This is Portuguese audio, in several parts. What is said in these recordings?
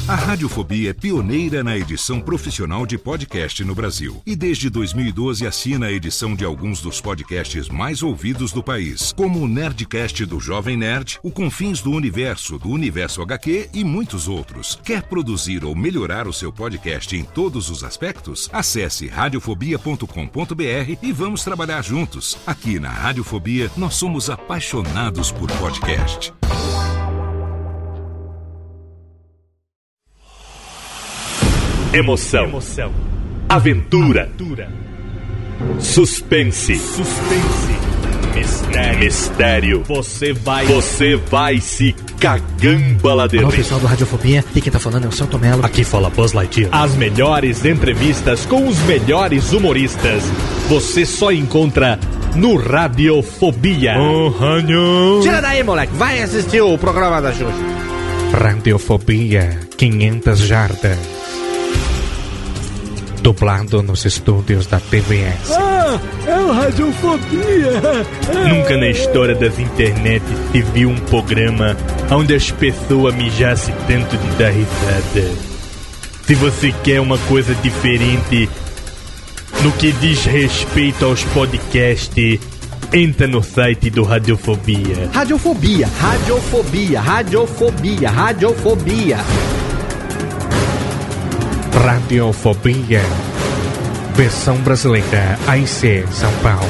A Radiofobia é pioneira na edição profissional de podcast no Brasil. E desde 2012 assina a edição de alguns dos podcasts mais ouvidos do país, como o Nerdcast do Jovem Nerd, o Confins do Universo HQ e muitos outros. Quer produzir ou melhorar o seu podcast em todos os aspectos? Acesse radiofobia.com.br e vamos trabalhar juntos. Aqui na Radiofobia, nós somos apaixonados por podcast. Emoção. Aventura. Suspense. Mistério. Você vai se cagamba de Alô, rir. pessoal do Radiofobia, e quem tá falando é o Celto Melo. Aqui fala Buzz Lightyear. As melhores entrevistas com os melhores humoristas você só encontra no Radiofobia. Tira daí, moleque, vai assistir o programa da Xuxa. Radiofobia 500 jardas. Dublado nos estúdios da TVS. É o Radiofobia. Nunca na história das internet se viu um programa onde as pessoas mijassem tanto de dar risada. Se você quer uma coisa diferente no que diz respeito aos podcasts, entra no site do Radiofobia. Radiofobia. Radiofobia. Versão brasileira AIC São Paulo.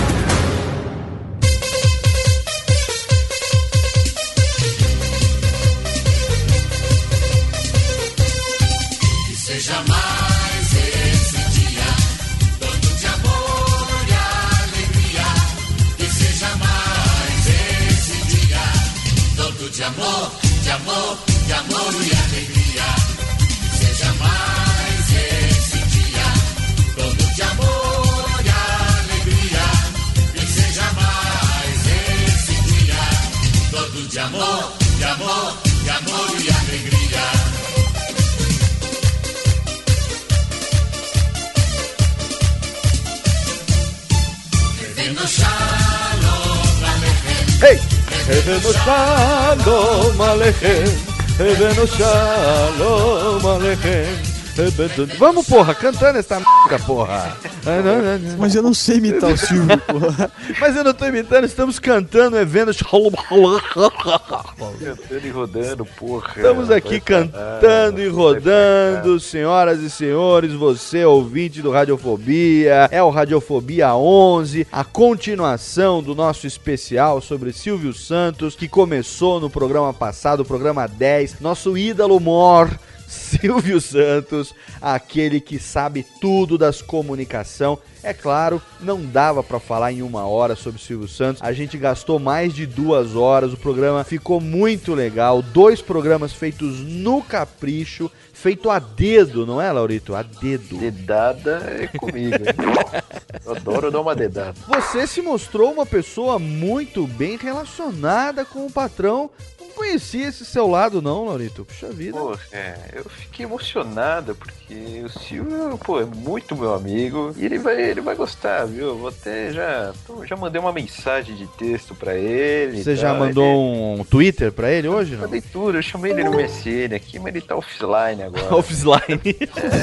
Vamos, porra, cantando essa merda, porra. Mas eu não sei imitar o Silvio, porra. Mas eu não tô imitando, estamos cantando, vendo. Cantando e rodando, porra. Estamos aqui cantando e rodando, senhoras e senhores, você ouvinte do Radiofobia, é o Radiofobia 11, a continuação do nosso especial sobre Silvio Santos, que começou no programa passado, o programa 10, nosso ídolo mor, Silvio Santos, aquele que sabe tudo das comunicação. É claro, não dava pra falar em 1 hora sobre Silvio Santos, a gente gastou mais de 2 horas, o programa ficou muito legal, 2 programas feitos no capricho, feito a dedo, não é, Laurito? A dedo. Dedada é comigo. Eu adoro dar uma dedada. Você se mostrou uma pessoa muito bem relacionada com o patrão. Não conhecia esse seu lado não, Laurito. Puxa vida. Pô, eu fiquei emocionado porque o Silvio, pô, é muito meu amigo e ele vai gostar, viu? Eu vou até já mandei uma mensagem de texto pra ele. Você já mandou um Twitter pra ele hoje, não? Mandei tudo, eu chamei ele no MSN aqui, mas ele tá offline agora. Offline?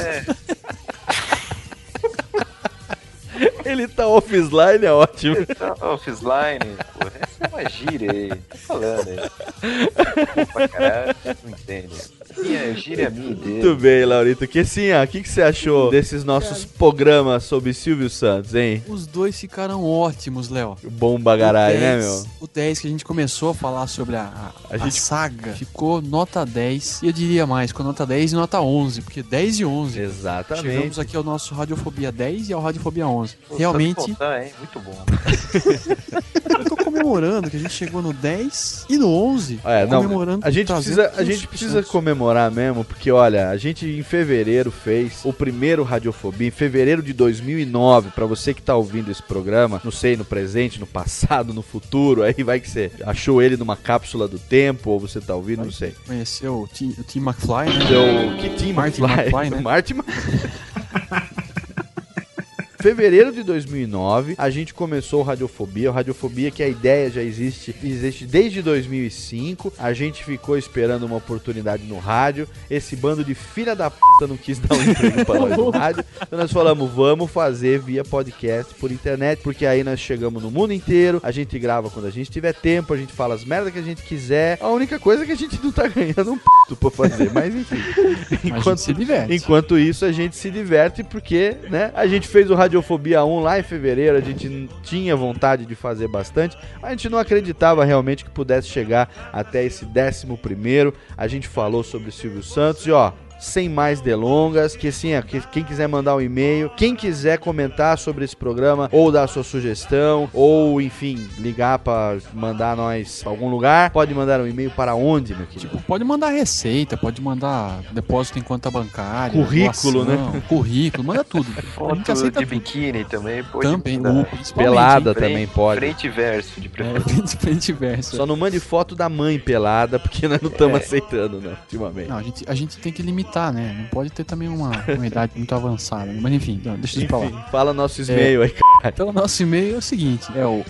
Ele tá offline, é ótimo. Ele tá offline, pô. Essa é uma gíria aí. Tá falando aí. Pô, pra caralho, não entende. Minha gíria é minha dele. Muito bem, Laurito. Que assim, o que você achou desses nossos programas sobre Silvio Santos, hein? Os dois ficaram ótimos, Léo. Bom bagarai, né, meu? O 10 que a gente começou a falar sobre a saga ficou nota 10. E eu diria mais, com nota 10 e nota 11. Porque 10 e 11. Exatamente. Chegamos aqui ao nosso Radiofobia 10 e ao Radiofobia 11. Pô, realmente... Contar, hein? Muito bom. Eu tô comemorando que a gente chegou no 10 e no 11. Comemorando. A gente precisa comemorar mesmo, porque olha, a gente em fevereiro fez o primeiro Radiofobia, em fevereiro de 2009, pra você que tá ouvindo esse programa, não sei, no presente, no passado, no futuro, aí vai que você achou ele numa cápsula do tempo, ou você tá ouvindo, não sei. Conheceu o Tim McFly, né? Que Tim Marty McFly? McFly, né? Marty Fevereiro de 2009, a gente começou o Radiofobia. O Radiofobia, que a ideia já existe desde 2005. A gente ficou esperando uma oportunidade no rádio. Esse bando de filha da puta não quis dar um emprego pra nós no rádio. Então nós falamos, vamos fazer via podcast por internet, porque aí nós chegamos no mundo inteiro, a gente grava quando a gente tiver tempo, a gente fala as merdas que a gente quiser. A única coisa é que a gente não tá ganhando um p*** pra fazer, mas enfim. Enquanto isso, a gente se diverte porque, né, a gente fez o Radiofobia 1 lá em fevereiro, a gente tinha vontade de fazer bastante, a gente não acreditava realmente que pudesse chegar até esse 11º. A gente falou sobre o Silvio Santos e ó, sem mais delongas, que assim, quem quiser mandar um e-mail, quem quiser comentar sobre esse programa, ou dar a sua sugestão, ou enfim, ligar pra mandar nós pra algum lugar, pode mandar um e-mail para onde, meu querido? Tipo, pode mandar receita, pode mandar depósito em conta bancária, currículo, doação, né? Currículo, manda tudo. Foto de biquíni também pode. Também, pelada também pode. Frente e verso, de preferência. Frente e verso. Só não mande foto da mãe pelada, porque nós não estamos aceitando, né, ultimamente. Não, a gente tem que limitar, né? Não pode ter também uma idade muito avançada, né? Mas enfim, deixa eu te falar. Fala nosso e-mail aí, cara. Então, o nosso e-mail é o seguinte, é o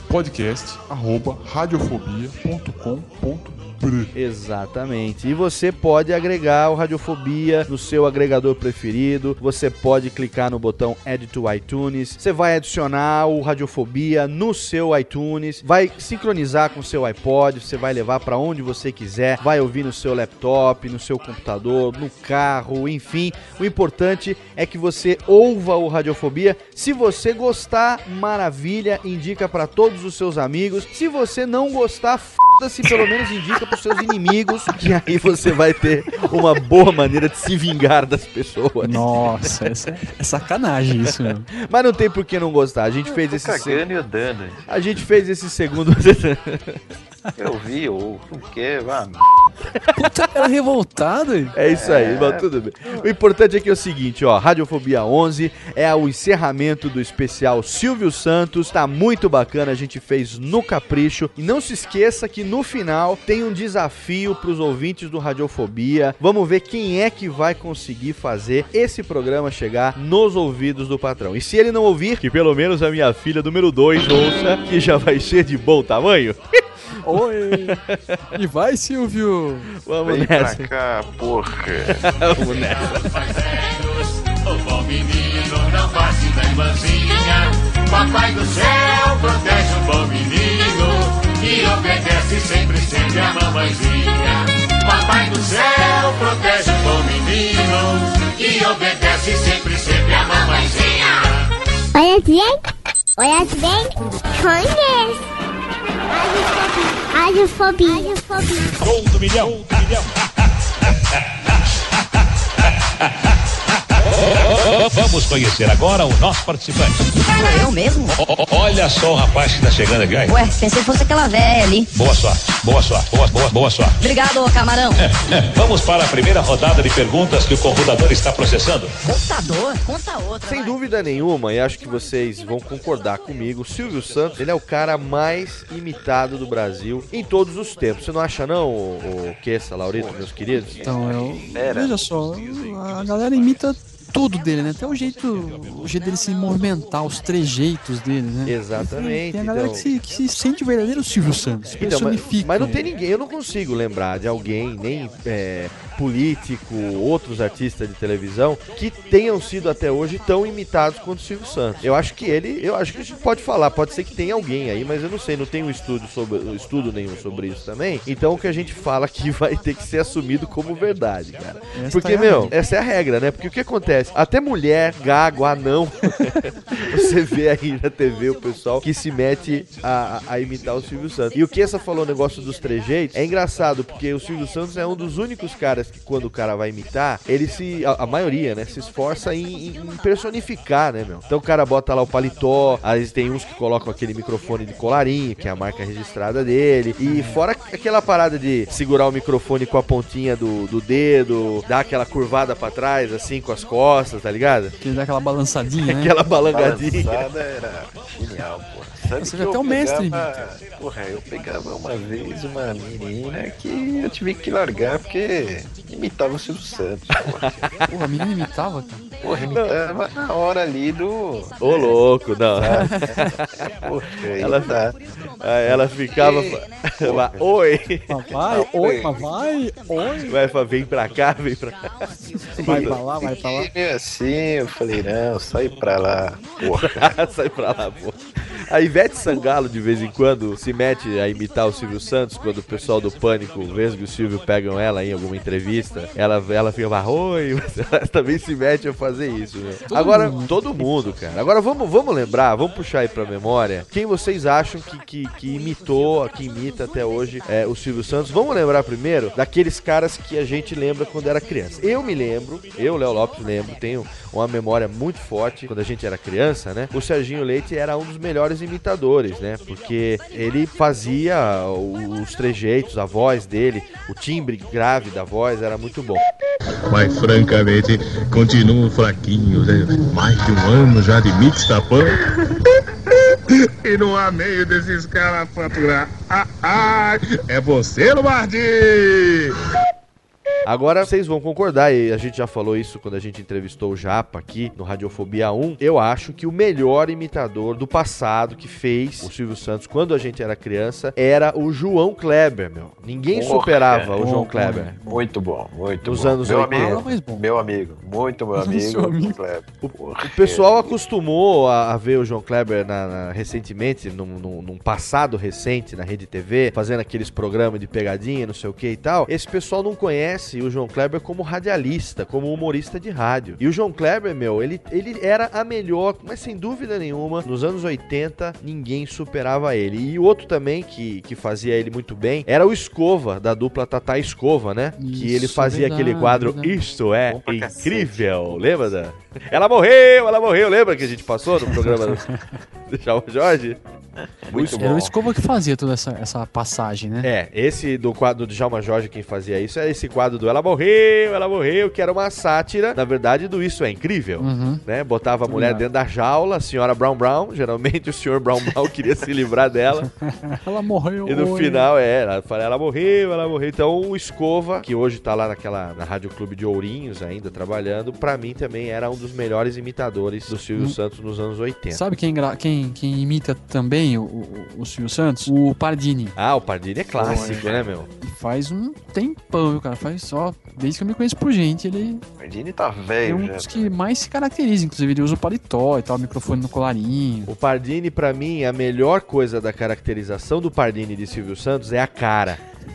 podcast@radiofobia.com.br. Exatamente. E você pode agregar o Radiofobia no seu agregador preferido. Você pode clicar no botão Add to iTunes. Você vai adicionar o Radiofobia no seu iTunes. Vai sincronizar com o seu iPod. Você vai levar para onde você quiser. Vai ouvir no seu laptop, no seu computador, no carro, enfim. O importante é que você ouva o Radiofobia. Se você gostar, maravilha. Indica para todos os seus amigos. Se você não gostar, se pelo menos indica pros seus inimigos, que aí você vai ter uma boa maneira de se vingar das pessoas. Nossa, é sacanagem isso, meu. Mas não tem por que não gostar. A gente fez esse cagando e dando. A gente fez esse segundo. Eu vi, o que, mano. Puta, cara revoltado. É isso aí, mas tudo bem. O importante é que é o seguinte, ó, Radiofobia 11 é o encerramento do especial Silvio Santos. Tá muito bacana, a gente fez no capricho. E não se esqueça que no final tem um desafio pros ouvintes do Radiofobia. Vamos ver quem é que vai conseguir fazer esse programa chegar nos ouvidos do patrão. E se ele não ouvir, que pelo menos a minha filha número 2 ouça, que já vai ser de bom tamanho. Oi! E vai, Silvio! Vamos Vem nessa. pra cá, porra! Vamos nessa. O bom menino não passe da irmãzinha. Papai do céu protege o bom menino e obedece sempre, sempre a mamãezinha. Papai do céu protege o bom menino e obedece sempre, sempre a mamãezinha. Olha bem, conhece. Radiofobia. Gol do milhão. Vamos conhecer agora o nosso participante. Eu mesmo? Olha só o rapaz que tá chegando aqui. Ué, pensei que fosse aquela velha ali. Boa sorte. Boa sorte. Obrigado, camarão. Vamos para a primeira rodada de perguntas que o computador está processando. Computador? Conta outra. Sem dúvida nenhuma, e acho que vocês vão concordar comigo, o Silvio Santos, ele é o cara mais imitado do Brasil em todos os tempos. Você não acha não, o Kessa, Laurito, meus queridos? Então, veja só, a galera imita tudo dele, né? Até o jeito dele se movimentar, os trejeitos dele, né? Exatamente. Tem a galera que se sente o verdadeiro Silvio Santos. Então, mas não tem ninguém, eu não consigo lembrar de alguém, nem político, outros artistas de televisão, que tenham sido até hoje tão imitados quanto o Silvio Santos. Eu acho que a gente pode falar, pode ser que tenha alguém aí, mas eu não sei, não tem estudo nenhum sobre isso também. Então o que a gente fala aqui vai ter que ser assumido como verdade, cara. Porque, essa é a regra, né? Porque o que acontece? Até mulher, gago, anão, você vê aí na TV o pessoal que se mete a imitar o Silvio Santos. E o que essa falou, o negócio dos trejeitos, é engraçado, porque o Silvio Santos é um dos únicos caras que quando o cara vai imitar, ele a maioria, né, se esforça em personificar, né, meu? Então o cara bota lá o paletó, às vezes tem uns que colocam aquele microfone de colarinho, que é a marca registrada dele, e fora aquela parada de segurar o microfone com a pontinha do dedo, dar aquela curvada pra trás, assim, com as costas, tá ligado? Que dá aquela balançadinha, né? Aquela balangadinha. Balançada era genial, pô. Sabe você já até o mestre. Porra, eu pegava uma vez uma menina que eu tive que largar porque imitava o Silvio Santos. Porra, a menina imitava, cara? Porra, imitava na hora ali do... Ô, louco, não. Poxa, Ela ficava... Oi. Papai, oi, papai, oi. Vem pra cá, vem pra cá. Vai pra lá, vai pra lá. E meio assim, eu falei, não, sai pra lá, porra. Sai pra lá, porra. A Ivete Sangalo, de vez em quando, se mete a imitar o Silvio Santos, quando o pessoal do Pânico, Vesgo e o Silvio pegam ela em alguma entrevista, ela fica lá, oi, ela também se mete a fazer isso, né? Agora, todo mundo, cara. Agora, vamos lembrar, vamos puxar aí pra memória, quem vocês acham que imita até hoje o Silvio Santos. Vamos lembrar primeiro daqueles caras que a gente lembra quando era criança. Eu me lembro, Léo Lopes, tenho uma memória muito forte, quando a gente era criança, né? O Serginho Leite era um dos melhores imitadores, né? Porque ele fazia os trejeitos, a voz dele, o timbre grave da voz era muito bom. Mas francamente, continuo fraquinho, né? Mais de um ano já de mixtapan. E não há meio desses caras faturar. É você, Lombardi! Agora vocês vão concordar, e a gente já falou isso quando a gente entrevistou o Japa aqui no Radiofobia 1. Eu acho que o melhor imitador do passado que fez o Silvio Santos quando a gente era criança era o João Kleber, meu. Ninguém superava o João Kleber. Muito bom, muito Nos bom. anos 80. Meu amigo, muito meu amigo. Kleber. O pessoal acostumou a ver o João Kleber recentemente, num passado recente na Rede TV, fazendo aqueles programas de pegadinha, não sei o que e tal. Esse pessoal não conhece o João Kleber como radialista, como humorista de rádio. E o João Kleber, meu, ele era a melhor, mas sem dúvida nenhuma, nos anos 80, ninguém superava ele. E o outro também que fazia ele muito bem era o Escova, da dupla Tatá Escova, né? Isso, que ele fazia aquele quadro Isto é Incrível. Lembra da... Ela morreu, lembra que a gente passou no programa do Djalma Jorge? Muito bom. Era o Escova que fazia toda essa passagem, né? Esse do quadro do Djalma Jorge, quem fazia isso, é esse quadro do Ela morreu, que era uma sátira, na verdade, do Isso é Incrível, né? Botava a mulher dentro da jaula, a senhora Brown, geralmente o senhor Brown queria se livrar dela. Ela morreu. E no final, ela fala, ela morreu. Então o Escova, que hoje tá lá na Rádio Clube de Ourinhos ainda trabalhando, pra mim também era um dos melhores imitadores do Silvio Santos nos anos 80. Sabe quem imita também o Silvio Santos? O Pardini. O Pardini é clássico, né, meu? Faz um tempão, viu, cara? Faz só... Desde que eu me conheço por gente, ele... O Pardini tá velho, é um dos que mais se caracteriza. Inclusive, ele usa o paletó e tal, o microfone no colarinho. O Pardini, pra mim, a melhor coisa da caracterização do Pardini de Silvio Santos é a cara.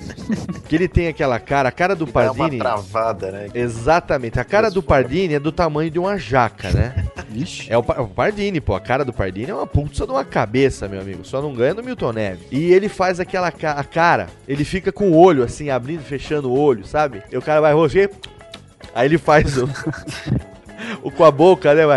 Que ele tem aquela cara, a cara do Pardini... Dá uma travada, né? Exatamente, a cara do Pardini é do tamanho de uma jaca, né? Ixi. É o Pardini, pô, a cara do Pardini é uma pulsa de uma cabeça, meu amigo, só não ganha do Milton Neves. E ele faz aquela a cara, ele fica com o olho assim, abrindo e fechando o olho, sabe? E o cara vai, você... Aí ele faz o com a boca, né?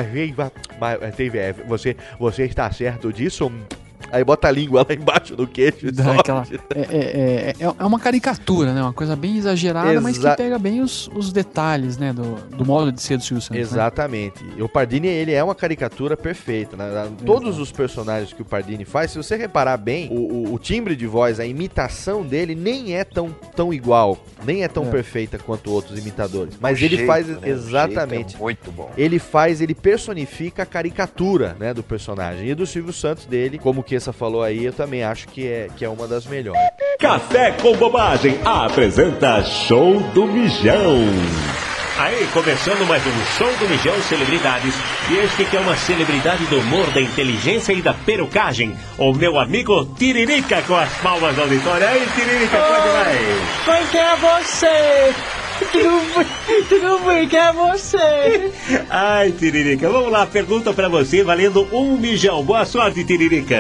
Você está certo disso? Aí bota a língua lá embaixo do queixo e é uma caricatura, né? Uma coisa bem exagerada, mas que pega bem os detalhes, né? Do modo de ser do Silvio Santos. Exatamente. Né? E o Pardini, ele é uma caricatura perfeita. Né? Todos os personagens que o Pardini faz, se você reparar bem, o timbre de voz, a imitação dele nem é tão igual, nem é tão perfeita quanto outros imitadores. Mas ele faz exatamente. É muito bom. Ele personifica a caricatura, né, do personagem. E do Silvio Santos dele, como que essa falou aí, eu também acho que é uma das melhores. Café com Bobagem apresenta Show do Mijão. Aí, começando mais um Show do Mijão Celebridades. E este que é uma celebridade do humor, da inteligência e da perucagem. O meu amigo Tiririca com as palmas do auditório. Aí, Tiririca, pode mais. Quem que é você? Tudo bem, que é você? Ai, Tiririca, vamos lá, pergunta pra você valendo um mijão. Boa sorte, Tiririca.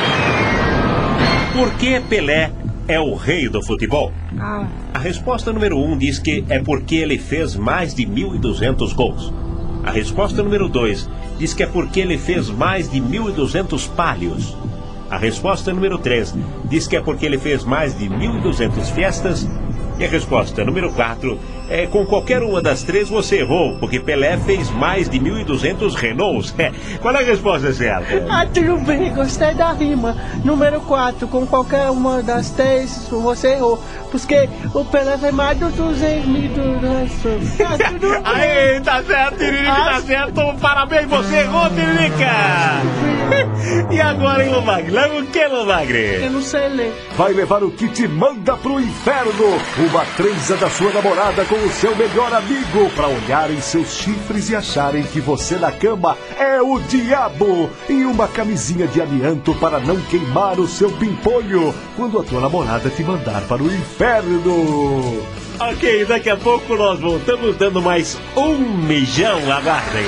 Por que Pelé é o rei do futebol? A resposta número 1 diz que é porque ele fez mais de 1.200 gols. A resposta número 2 diz que é porque ele fez mais de 1.200 pálios. A resposta número 3 diz que é porque ele fez mais de 1.200 festas. E a resposta número 4 com qualquer uma das três você errou, porque Pelé fez mais de 1.200 Renaults. Qual é a resposta certa? Tudo bem, gostei da rima. Número 4, com qualquer uma das três você errou, porque o Pelé fez mais de 200.000. Aí, tá certo, Tiririca, tá certo. Parabéns, você errou, Tiririca. E agora, hein, Lomagre? Leva o que, Lomagre? Eu não sei ler. Vai levar o que te manda pro inferno. Uma transa da sua namorada com o seu melhor amigo, pra olharem seus chifres e acharem que você na cama é o diabo. E uma camisinha de amianto para não queimar o seu pimpolho quando a tua namorada te mandar para o inferno. Ok, daqui a pouco nós voltamos dando mais um mijão. Aguardem.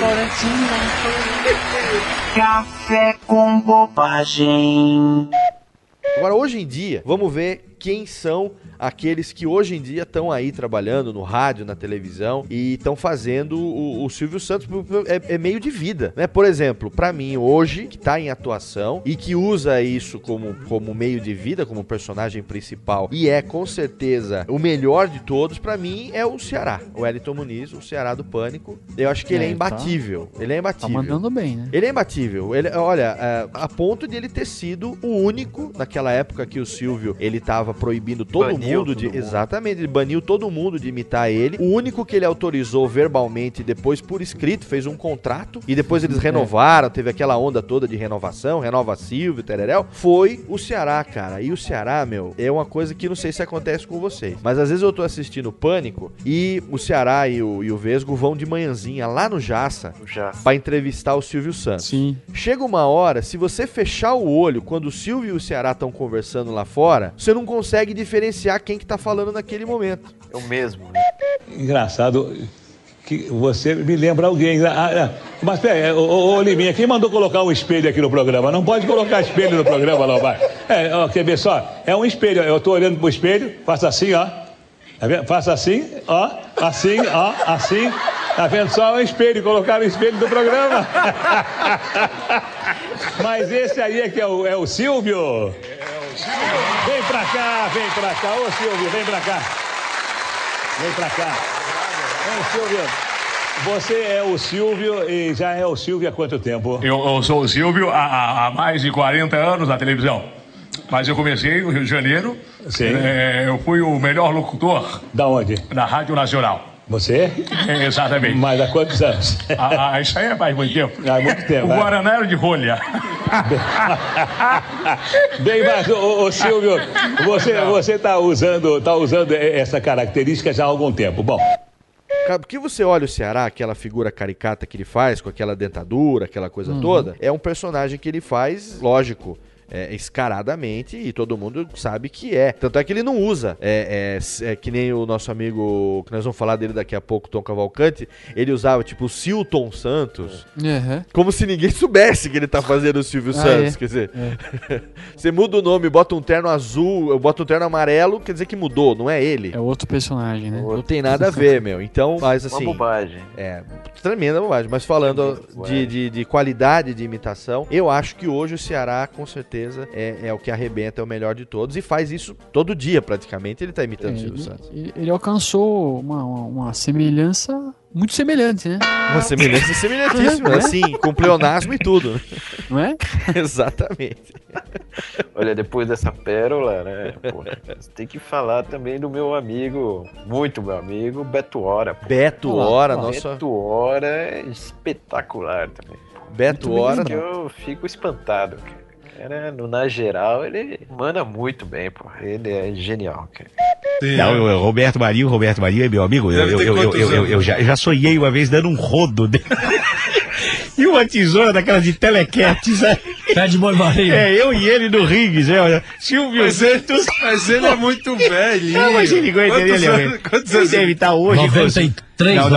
Café com bobagem. Agora, hoje em dia, vamos ver quem são aqueles que hoje em dia estão aí trabalhando no rádio, na televisão e estão fazendo o Silvio Santos, é meio de vida, né? Por exemplo, pra mim hoje, que tá em atuação e que usa isso como meio de vida, como personagem principal e é com certeza o melhor de todos, pra mim é o Ceará, o Wellington Muniz, o Ceará do Pânico. Eu acho que ele é imbatível, ele é imbatível. Tá mandando bem, né? Ele é imbatível, olha, a ponto de ele ter sido o único, naquela época que o Silvio, ele tava proibindo todo mundo de... Exatamente, ele baniu todo mundo de imitar ele. O único que ele autorizou verbalmente, depois por escrito, fez um contrato, e depois eles renovaram, teve aquela onda toda de renovação, renova Silvio, tereréu, foi o Ceará, cara. E o Ceará, meu, é uma coisa que não sei se acontece com vocês, mas às vezes eu tô assistindo Pânico e o Ceará e o Vesgo vão de manhãzinha lá no Jaça pra entrevistar o Silvio Santos. Sim. Chega uma hora, se você fechar o olho quando o Silvio e o Ceará estão conversando lá fora, você não consegue diferenciar quem que tá falando naquele momento. É o mesmo, né? Engraçado que você me lembra alguém. Mas pera, ô Liminha, quem mandou colocar um espelho aqui no programa? Não pode colocar espelho no programa, não, vai. Quer ver só? É um espelho, eu tô olhando pro espelho, faço assim, ó. Tá vendo? Faço assim, ó. Assim, ó. Assim. Tá vendo só o espelho, colocaram o espelho do programa. Mas esse aí é que é o Silvio. Vem pra cá, ô Silvio, vem pra cá. Vem pra cá. Ô Silvio, você é o Silvio e já é o Silvio há quanto tempo? Eu sou o Silvio há mais de 40 anos na televisão. Mas eu comecei no Rio de Janeiro. Sim. Eu fui o melhor locutor. Da onde? Da Rádio Nacional. Você? Exatamente. Mas há quantos anos? Isso aí faz muito tempo. Há muito tempo. O Guaraná era de rolha. Bem, mas, ô Silvio, você tá usando essa característica já há algum tempo. Bom. Porque você olha o Ceará, aquela figura caricata que ele faz, com aquela dentadura, aquela coisa toda, é um personagem que ele faz, lógico, escaradamente, e todo mundo sabe que é. Tanto é que ele não usa. É que nem o nosso amigo, que nós vamos falar dele daqui a pouco, Tom Cavalcante, ele usava tipo o Silton Santos, como se ninguém soubesse que ele tá fazendo o Silvio Santos. Quer dizer, você muda o nome, bota um terno azul, bota um terno amarelo, quer dizer que mudou, não é ele. É outro personagem, né? Não tem nada a ver, meu. Então, mas assim... Uma bobagem. Tremenda bobagem. Mas falando de qualidade de imitação, eu acho que hoje o Ceará, com certeza, é o que arrebenta, é o melhor de todos, e faz isso todo dia praticamente, ele tá imitando o Silvio Santos. Ele alcançou uma semelhança muito semelhante, né? Uma semelhança semelhantíssima, assim, com pleonasmo e tudo. Não é? Exatamente. Olha, depois dessa pérola, né, pô, você tem que falar também do meu amigo, muito meu amigo, Beto Hora. Pô. Beto Hora, nossa... Beto Hora é espetacular também. Pô. Beto Hora... Eu fico espantado, cara. Na geral, ele manda muito bem, pô. Ele é genial, cara. Não, o Roberto Marinho é meu amigo. Eu já sonhei uma vez dando um rodo dele. E uma tesoura daquela de telequete, sabe? Fred Boy Marinho. Eu e ele no ringue, olha. Silvio Santos. Mas ele é muito velho. Não, mas ele aguenta. Quantos anos? Ele deve estar hoje. 93, não.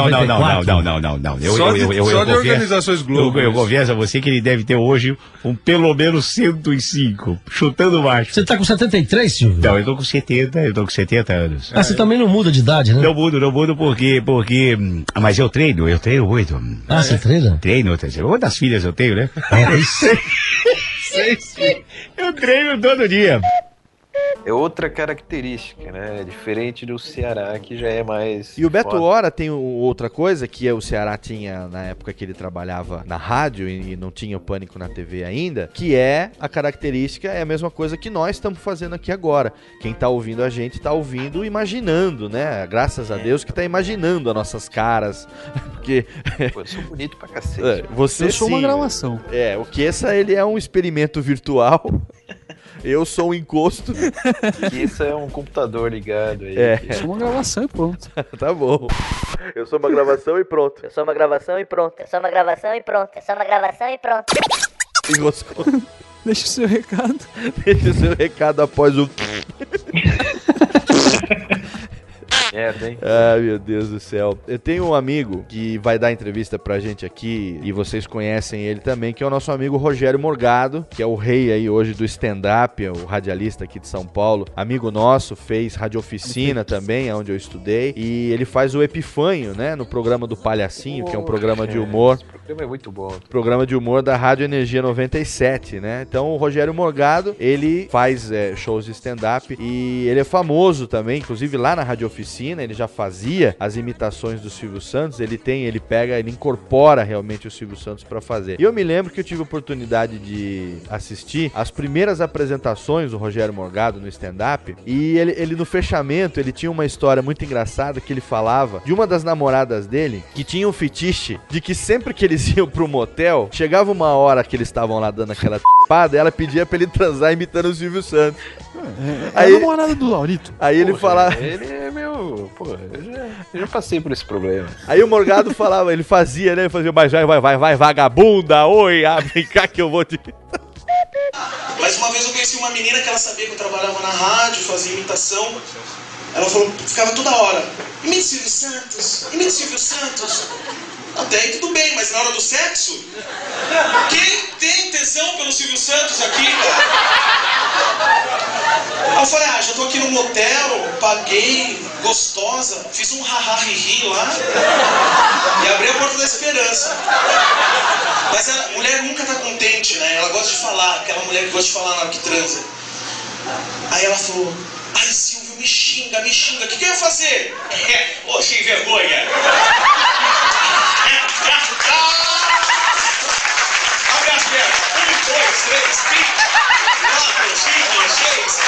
Só de organizações Globo. Eu confesso a você que ele deve ter hoje pelo menos 105, chutando baixo. Você tá com 73, Silvio? Não, eu tô com 70 anos. Você também não muda de idade, né? Não mudo porque... Mas eu treino muito. Você treina? Treino, uma das filhas eu tenho, né? Eu treino todo dia. É outra característica, né? Diferente do Ceará, que já é mais... E o Beto Hora tem outra coisa que o Ceará tinha na época que ele trabalhava na rádio e não tinha o Pânico na TV ainda, que é a característica, é a mesma coisa que nós estamos fazendo aqui agora. Quem tá ouvindo a gente tá ouvindo imaginando, né? Graças a Deus que tá imaginando as nossas caras. Porque... Pô, eu sou bonito pra cacete. Você Eu sou sim. uma gravação. O Kessa, ele é um experimento virtual. Eu sou um encosto. Isso é um computador ligado aí. Eu sou uma gravação e pronto. Tá bom. Eu sou uma gravação e pronto. Eu sou uma gravação e pronto. Eu sou uma gravação e pronto. Eu sou uma gravação e pronto. Enroscou. Deixa o seu recado. Deixa o seu recado após o... Merda, hein? Ah, meu Deus do céu. Eu tenho um amigo que vai dar entrevista pra gente aqui, e vocês conhecem ele também, que é o nosso amigo Rogério Morgado, que é o rei aí hoje do stand-up, o radialista aqui de São Paulo. Amigo nosso, fez radioficina também, onde eu estudei, e ele faz o Epifanho, né, no programa do Palhacinho, que é um programa de humor. Esse programa é muito bom. Programa de humor da Rádio Energia 97, né? Então o Rogério Morgado, ele faz shows de stand-up e ele é famoso também, inclusive lá na Rádio Oficina, ele já fazia as imitações do Silvio Santos, ele incorpora realmente o Silvio Santos pra fazer. E eu me lembro que eu tive a oportunidade de assistir as primeiras apresentações do Rogério Morgado no stand-up, e ele no fechamento, ele tinha uma história muito engraçada que ele falava de uma das namoradas dele, que tinha um fetiche de que sempre que eles iam pro motel, chegava uma hora que eles estavam lá dando aquela t***pada, ela pedia pra ele transar imitando o Silvio Santos. É a namorada do Laurito. Aí ele falava... Ele é meu... Pô, eu já passei por esse problema. Aí o Morgado falava, ele fazia, né? Ele fazia, mas vai, vagabunda, oi, vem cá que eu vou te... Mas uma vez eu conheci uma menina que ela sabia que eu trabalhava na rádio, fazia imitação. Ela falou, ficava toda hora, imite Silvio Santos, imite Silvio Santos. Até aí tudo bem, mas na hora do sexo? Quem tem tesão pelo Silvio Santos aqui, cara? Aí eu falei, já tô aqui no motel, paguei, gostosa, fiz um ha-ha-hi-hi lá e abri a porta da esperança. Mas a mulher nunca tá contente, né? Ela gosta de falar, aquela mulher que gosta de falar na hora que transa. Aí ela falou, ai Silvio, me xinga, o que eu ia fazer? Ô, sem vergonha. Abre as pernas. 1, 2, 3, 4, 5, 6,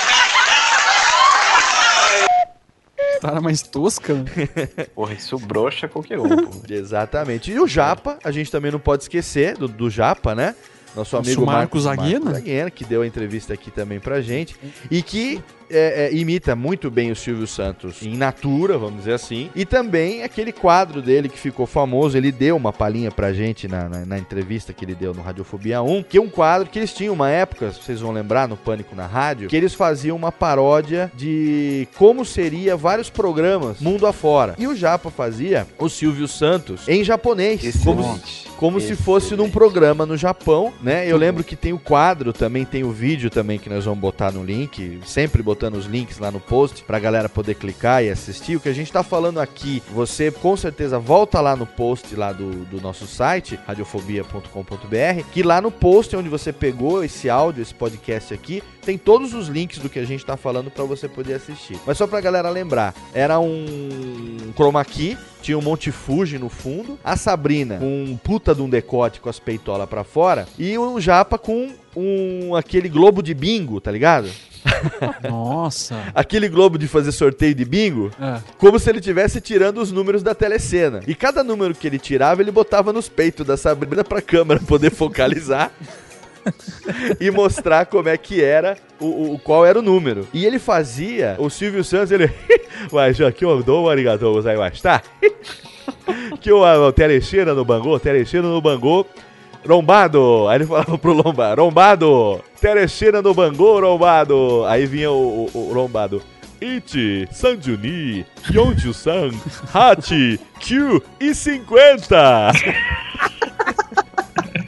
7. Cara mais tosca. Porra, isso brocha qualquer um, pô. Exatamente. E o Japa, a gente também não pode esquecer do Japa, né? Nosso amigo Marcos Zaguena, que deu a entrevista aqui também pra gente. E que imita muito bem o Silvio Santos em natura, vamos dizer assim. E também aquele quadro dele que ficou famoso, ele deu uma palhinha pra gente na entrevista que ele deu no Radiofobia 1, que é um quadro que eles tinham uma época, vocês vão lembrar, no Pânico na Rádio, que eles faziam uma paródia de como seria vários programas mundo afora. E o Japa fazia o Silvio Santos em japonês. Como se fosse num programa no Japão, né? Eu lembro que tem o quadro também, tem o vídeo também que nós vamos botar no link, sempre botando os links lá no post pra galera poder clicar e assistir. O que a gente tá falando aqui, você com certeza volta lá no post lá do nosso site, radiofobia.com.br, que lá no post onde você pegou esse áudio, esse podcast aqui, tem todos os links do que a gente tá falando pra você poder assistir. Mas só pra galera lembrar, era um chroma key, tinha um Monte Fuji no fundo, a Sabrina com um puta de um decote com as peitolas pra fora, e o Japa com aquele globo de bingo, tá ligado? Nossa. Aquele globo de fazer sorteio de bingo, como se ele estivesse tirando os números da telecena. E cada número que ele tirava, ele botava nos peitos da Sabrina pra câmera poder focalizar e mostrar como é que era, qual era o número. E ele fazia, o Silvio Santos, ele... Mas aqui eu dou um arigatou gozaimashita. Que o Telecena no Bangô, Lombado. Aí ele falava pro Lombado, Lombado, Telecena no Bangô, Lombado. Aí vinha o Lombado. Ichi, Sanjuni, Yonju-san, Hachi, Q e 50.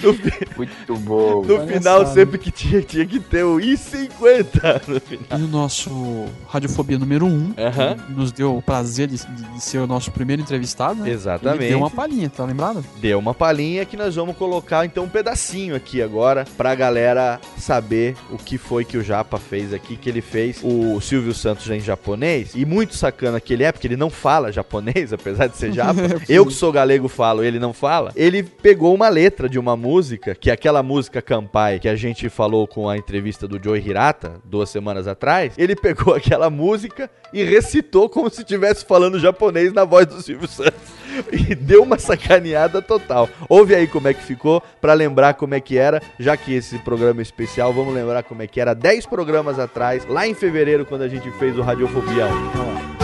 Muito bom. No final, sempre que tinha que ter o I50 no final. E o nosso Radiofobia número 1 nos deu o prazer de ser o nosso primeiro entrevistado, né? Exatamente. Ele deu uma palhinha, tá lembrado? Deu uma palhinha que nós vamos colocar então um pedacinho aqui agora pra galera saber o que foi que o Japa fez aqui, que ele fez o Silvio Santos em japonês, e muito sacana que ele é, porque ele não fala japonês, apesar de ser japa. Eu que sou galego falo, ele não fala. Ele pegou uma letra de uma música, que é aquela música Kampai, que a gente falou com a entrevista do Joey Hirata 2 semanas atrás. Ele pegou aquela música e recitou como se estivesse falando japonês na voz do Silvio Santos. E deu uma sacaneada total. Ouve aí como é que ficou, pra lembrar como é que era, já que esse programa é especial, vamos lembrar como é que era 10 programas atrás, lá em fevereiro, quando a gente fez o Radiofobia 1.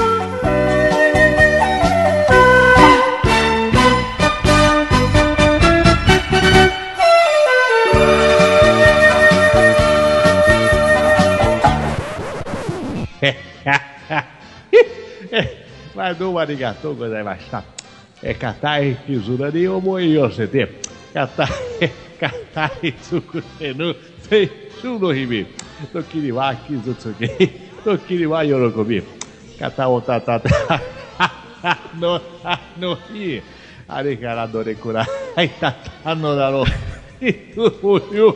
Mas do arigatou gozaimashita. Katai kizurani omoiyosete. Katai tsukutenu seishu no himi. Tokiri wa kizutsuki. Tokiri wa yorokobi. Kata otatata. No hi. Arikara dore kura. Aitata no daro. Uyu.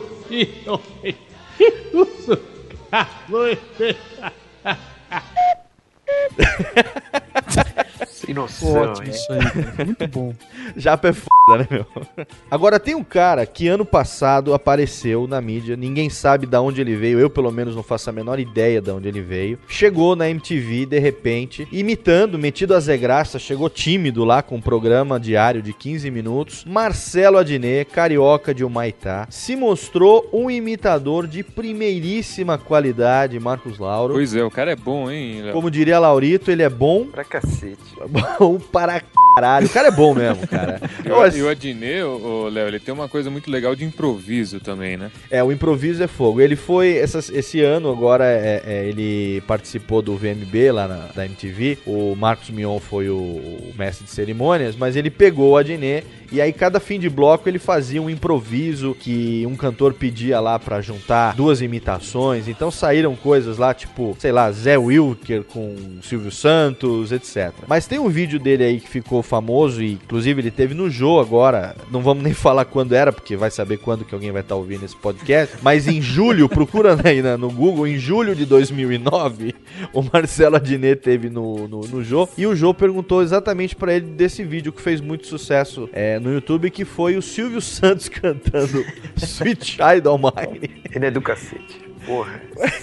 Sem noção, ótimo isso aí, cara. Muito bom. Japa é foda, né, meu? Agora, tem um cara que ano passado apareceu na mídia, ninguém sabe de onde ele veio, eu pelo menos não faço a menor ideia de onde ele veio. Chegou na MTV, de repente, imitando, metido a Zé Graça, chegou tímido lá com um programa diário de 15 minutos. Marcelo Adnet, carioca de Humaitá, se mostrou um imitador de primeiríssima qualidade, Marcos Lauro. Pois é, o cara é bom, hein, Léo? Como diria Laurito, ele é bom... Pra cacete. Bom para caralho. O cara é bom mesmo, cara. E o Adnet, Léo, ele tem uma coisa muito legal de improviso também, né? É, o improviso é fogo. Ele foi, esse ano agora, ele participou do VMB lá da MTV. O Marcos Mion foi o mestre de cerimônias, mas ele pegou o Adnet e aí cada fim de bloco ele fazia um improviso que um cantor pedia lá pra juntar 2 imitações. Então saíram coisas lá, tipo, sei lá, Zé Wilker com Silvio Santos, etc. Mas tem um vídeo dele aí que ficou famoso e inclusive ele teve no Jô agora, não vamos nem falar quando era, porque vai saber quando que alguém vai estar ouvindo esse podcast, mas em julho, procura aí no Google, em julho de 2009, o Marcelo Adnet teve no Jô, e o Jô perguntou exatamente pra ele desse vídeo que fez muito sucesso no YouTube, que foi o Silvio Santos cantando Sweet Child O' Mine. Ele é do cacete. Porra,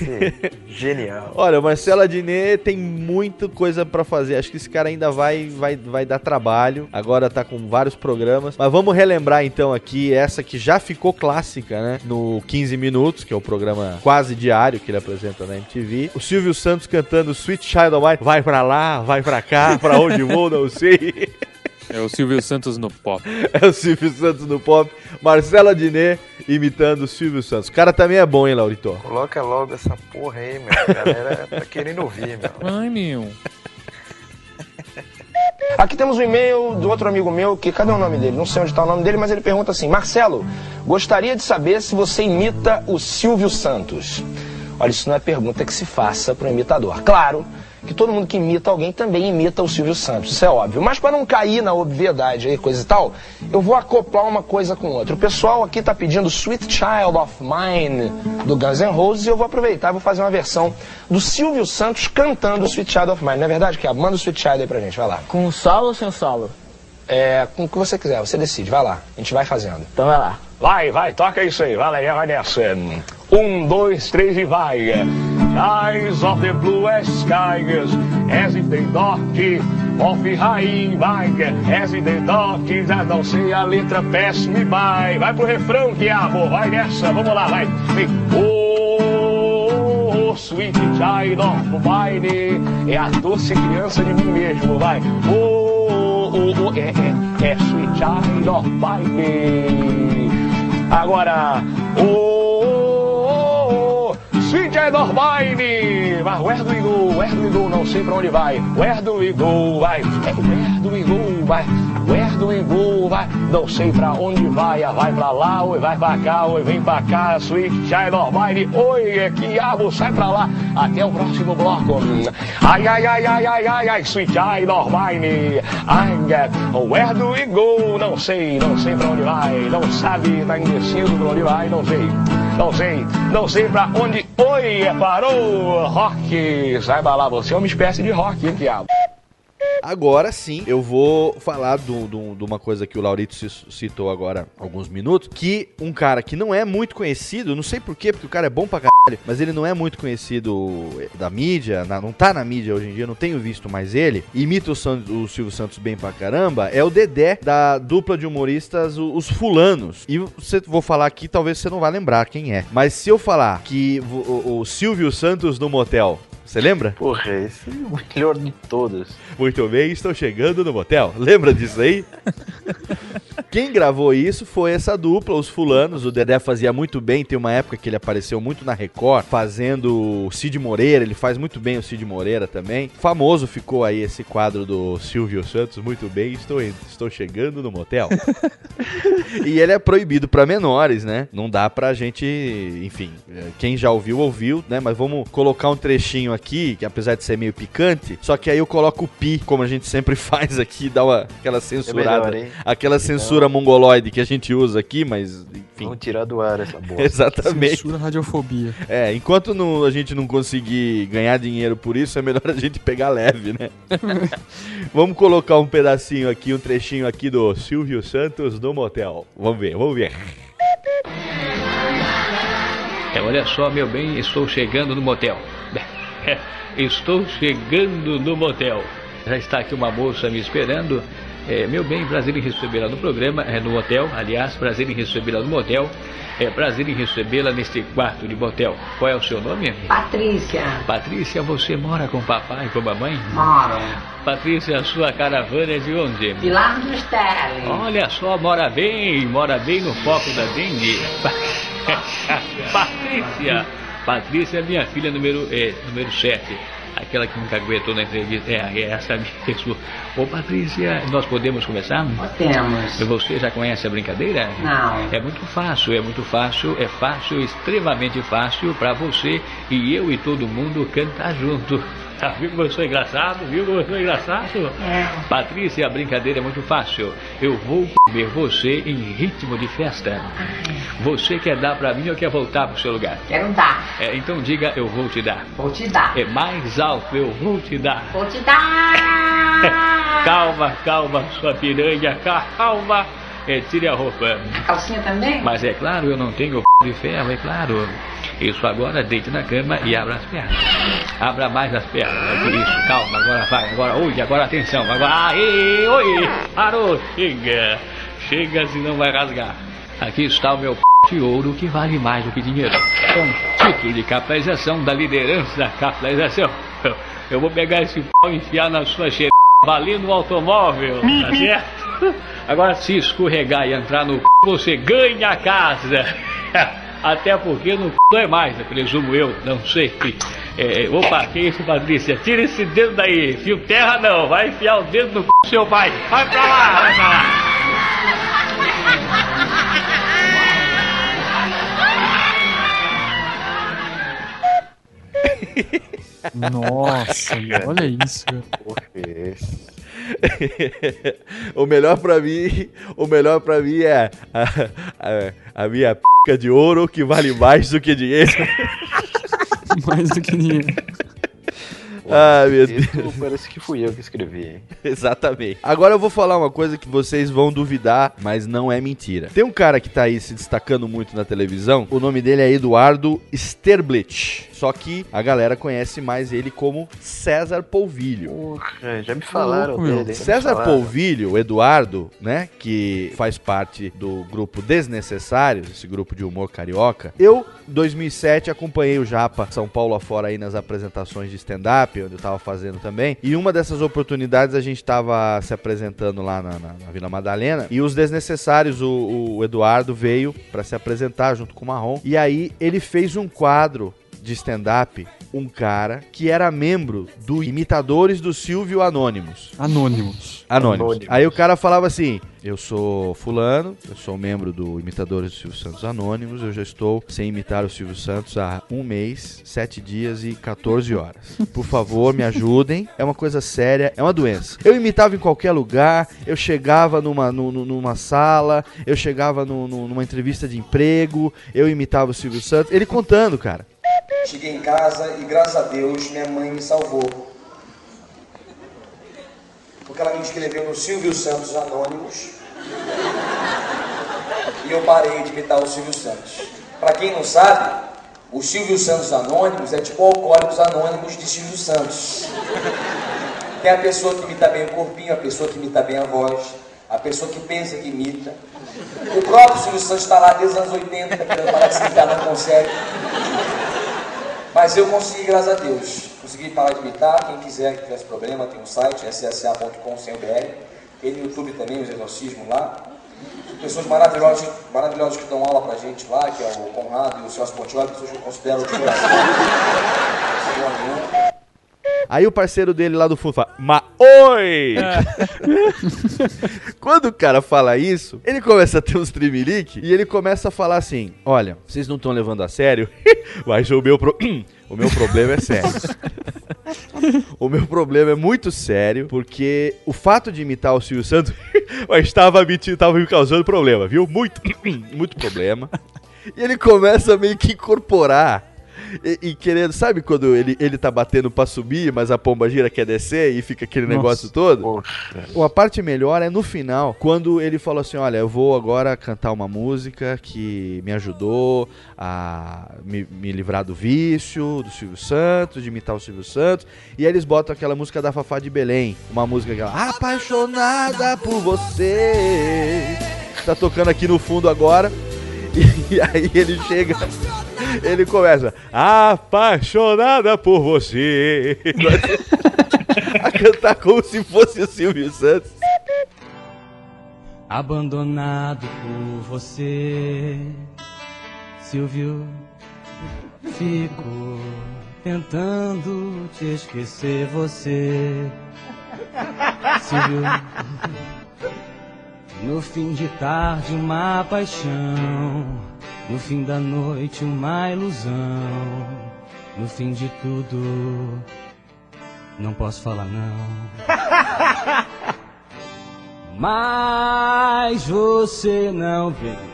genial. Olha, o Marcelo Adnet tem muita coisa pra fazer. Acho que esse cara ainda vai dar trabalho. Agora tá com vários programas. Mas vamos relembrar então aqui essa que já ficou clássica, né? No 15 Minutos, que é o programa quase diário que ele apresenta na MTV. O Silvio Santos cantando Sweet Child O' Mine. Vai pra lá, vai pra cá, pra onde vou, não sei. É o Silvio Santos no pop. É o Silvio Santos no pop. Marcelo Adnet imitando o Silvio Santos. O cara também é bom, hein, Laurito? Coloca logo essa porra aí, meu. A galera tá querendo ouvir, meu. Ai, meu. Aqui temos um e-mail do outro amigo meu, que cadê o nome dele? Não sei onde está o nome dele, mas ele pergunta assim: Marcelo, gostaria de saber se você imita o Silvio Santos. Olha, isso não é pergunta que se faça para um imitador. Claro que todo mundo que imita alguém também imita o Silvio Santos, isso é óbvio. Mas para não cair na obviedade aí, coisa e tal, eu vou acoplar uma coisa com outra. O pessoal aqui tá pedindo Sweet Child of Mine do Guns N' Roses e eu vou aproveitar e vou fazer uma versão do Silvio Santos cantando Sweet Child of Mine. Não é verdade, que manda o Sweet Child aí pra gente, vai lá. Com o solo ou sem o solo? Com o que você quiser, você decide, vai lá, a gente vai fazendo. Então vai lá. Vai, toca isso aí, vai nessa. 1, 2, 3 e vai. Eyes of the bluest skies, as if they docked of high, vai. As if they docked, já não sei a letra, pass me by. Vai pro refrão, diabo, vai nessa, vamos lá, vai. Oh, sweet child of mine, é a doce criança de mim mesmo, vai. É sweet child of mine. Agora, sweet child Tchai Dorbaine! Mas where do we go? Não sei pra onde vai. Where do we go? Vai. Where do we go? Vai. Where do we go? Vai. Não sei pra onde vai. Vai pra lá, oi, vai pra cá, oi, vem pra cá. Sweet Tchai Dorbaine. Oi, que diabo, sai pra lá. Até o próximo bloco. Ai, ai, ai, ai, ai, ai, ai, Sweet Tchai Dorbaine. Ai, where do we go? Não sei pra onde vai. Não sabe, tá indeciso pra onde vai. Não sei pra onde. Oi, parou. Rock, saiba lá, você é uma espécie de rock, hein, diabo. Agora sim, eu vou falar de uma coisa que o Laurito citou agora há alguns minutos, que um cara que não é muito conhecido, não sei porquê, porque o cara é bom pra caralho, mas ele não é muito conhecido da mídia, não tá na mídia hoje em dia, não tenho visto mais ele, imita o Silvio Santos bem pra caramba, é o Dedé da dupla de humoristas, os Fulanos. E vou falar aqui, talvez você não vá lembrar quem é, mas se eu falar que o Silvio Santos no motel, você lembra? Porra, esse é o melhor de todos. Muito bem, estou chegando no motel. Lembra disso aí? Quem gravou isso foi essa dupla, os Fulanos. O Dedé fazia muito bem, tem uma época que ele apareceu muito na Record, fazendo o Cid Moreira, ele faz muito bem o Cid Moreira também. Famoso ficou aí esse quadro do Silvio Santos, muito bem, estou chegando no motel. E ele é proibido pra menores, né? Não dá pra gente, enfim, quem já ouviu, né? Mas vamos colocar um trechinho aqui, que apesar de ser meio picante, só que aí eu coloco o pi, como a gente sempre faz aqui, dá aquela censurada, melhor, aquela censura mongoloide que a gente usa aqui, mas enfim. Vamos tirar do ar essa bosta. Exatamente. Censura radiofobia. Enquanto a gente não conseguir ganhar dinheiro por isso, é melhor a gente pegar leve, né? Vamos colocar um pedacinho aqui, um trechinho aqui do Silvio Santos no motel. Vamos ver. Olha só, meu bem, estou chegando no motel. Estou chegando no motel. Já está aqui uma moça me esperando. Meu bem, prazer em recebê-la no programa, no hotel. Aliás, prazer em recebê-la no motel. Prazer em recebê-la neste quarto de motel. Qual é o seu nome? Patrícia. Patrícia, você mora com papai e com mamãe? Moro. Patrícia, a sua caravana é de onde? De Largo dos Teles. Olha só, mora bem no foco da dengue. Patrícia é minha filha número 7. Aquela que nunca aguentou na entrevista. Essa minha pessoa. Ô Patrícia, nós podemos começar? Podemos. Você já conhece a brincadeira? Não. É muito fácil, extremamente fácil pra você e eu e todo mundo cantar junto. Viu como eu sou engraçado? Patrícia, a brincadeira é muito fácil. Eu vou comer você em ritmo de festa. Você quer dar pra mim ou quer voltar pro seu lugar? Quero dar. Então diga, eu vou te dar. Vou te dar. Mais alto, eu vou te dar. Vou te dar. Calma, sua piranha, calma. Tire a roupa. A calcinha também? Mas é claro, eu não tenho de ferro, é claro. Isso, agora deite na cama e abra as pernas. Abra mais as pernas. Isso, calma, agora vai. Agora atenção. Agora, oi, parou, chega, senão vai rasgar. Aqui está o meu de ouro que vale mais do que dinheiro. Com título de capitalização da liderança, capitalização. Eu vou pegar esse pau e enfiar na sua xereca, valendo o automóvel, tá certo? Agora, se escorregar e entrar no você ganha a casa. Até porque no não é mais, presumo eu, não sei. Opa, que isso, Patrícia? Tira esse dedo daí, fio terra não, vai enfiar o dedo no do seu pai. Vai pra lá, Nossa, olha isso. O melhor pra mim é a minha p*** de ouro que vale mais do que dinheiro. Mais do que dinheiro. Meu Deus. Parece que fui eu que escrevi, hein? Exatamente. Agora eu vou falar uma coisa que vocês vão duvidar, mas não é mentira. Tem um cara que tá aí se destacando muito na televisão, o nome dele é Eduardo Sterblich. Só que a galera conhece mais ele como César Polvilho. Porra, já me falaram dele. César Polvilho, o Eduardo, né, que faz parte do grupo Desnecessários, esse grupo de humor carioca. Eu, em 2007, acompanhei o Japa São Paulo afora aí nas apresentações de stand-up, onde eu tava fazendo também. E uma dessas oportunidades a gente tava se apresentando lá na Vila Madalena. E os Desnecessários, o Eduardo veio pra se apresentar junto com o Marrom. E aí ele fez um quadro de stand-up um cara que era membro do Imitadores do Silvio Anônimos. Anônimos. Aí o cara falava assim: eu sou fulano, eu sou membro do Imitadores do Silvio Santos Anônimos, eu já estou sem imitar o Silvio Santos há 1 mês, 7 dias e 14 horas. Por favor, me ajudem, é uma coisa séria, é uma doença. Eu imitava em qualquer lugar, eu chegava numa sala, eu chegava numa entrevista de emprego, eu imitava o Silvio Santos. Ele contando, cara. Cheguei em casa e, graças a Deus, minha mãe me salvou. Porque ela me inscreveu no Silvio Santos Anônimos e eu parei de imitar o Silvio Santos. Pra quem não sabe, o Silvio Santos Anônimos é tipo o Alcoólicos Anônimos de Silvio Santos. Tem a pessoa que imita bem o corpinho, a pessoa que imita bem a voz, a pessoa que pensa que imita. O próprio Silvio Santos está lá desde os anos 80, querendo parar de se imitar, não consegue. Mas eu consegui, graças a Deus. Consegui parar de imitar. Quem quiser, que tivesse problema, tem um site, ssa.com.br. Tem no YouTube também os exorcismos lá. Pessoas maravilhosas que dão aula pra gente lá, que é o Conrado e o Celso Portioli, pessoas que eu considero de coração. Aí o parceiro dele lá do fundo fala: mas oi! Quando o cara fala isso, ele começa a ter uns trimelique e ele começa a falar assim: olha, vocês não estão levando a sério, mas o meu problema é sério. O meu problema é muito sério, porque o fato de imitar o Silvio Santos estava me causando problema, viu? Muito problema. E ele começa a meio que incorporar e querendo, sabe quando ele tá batendo pra subir, mas a pombagira quer descer e fica aquele negócio todo? A parte melhor é no final, quando ele falou assim: olha, eu vou agora cantar uma música que me ajudou a me livrar do vício, do Silvio Santos, de imitar o Silvio Santos. E aí eles botam aquela música da Fafá de Belém, uma música aquela, apaixonada por você, tá tocando aqui no fundo agora. E aí ele chega, ele começa: apaixonada por você, a cantar como se fosse o Silvio Santos. Abandonado por você, Silvio, fico tentando te esquecer, você, Silvio. No fim de tarde uma paixão, no fim da noite uma ilusão, no fim de tudo não posso falar não. Mas você não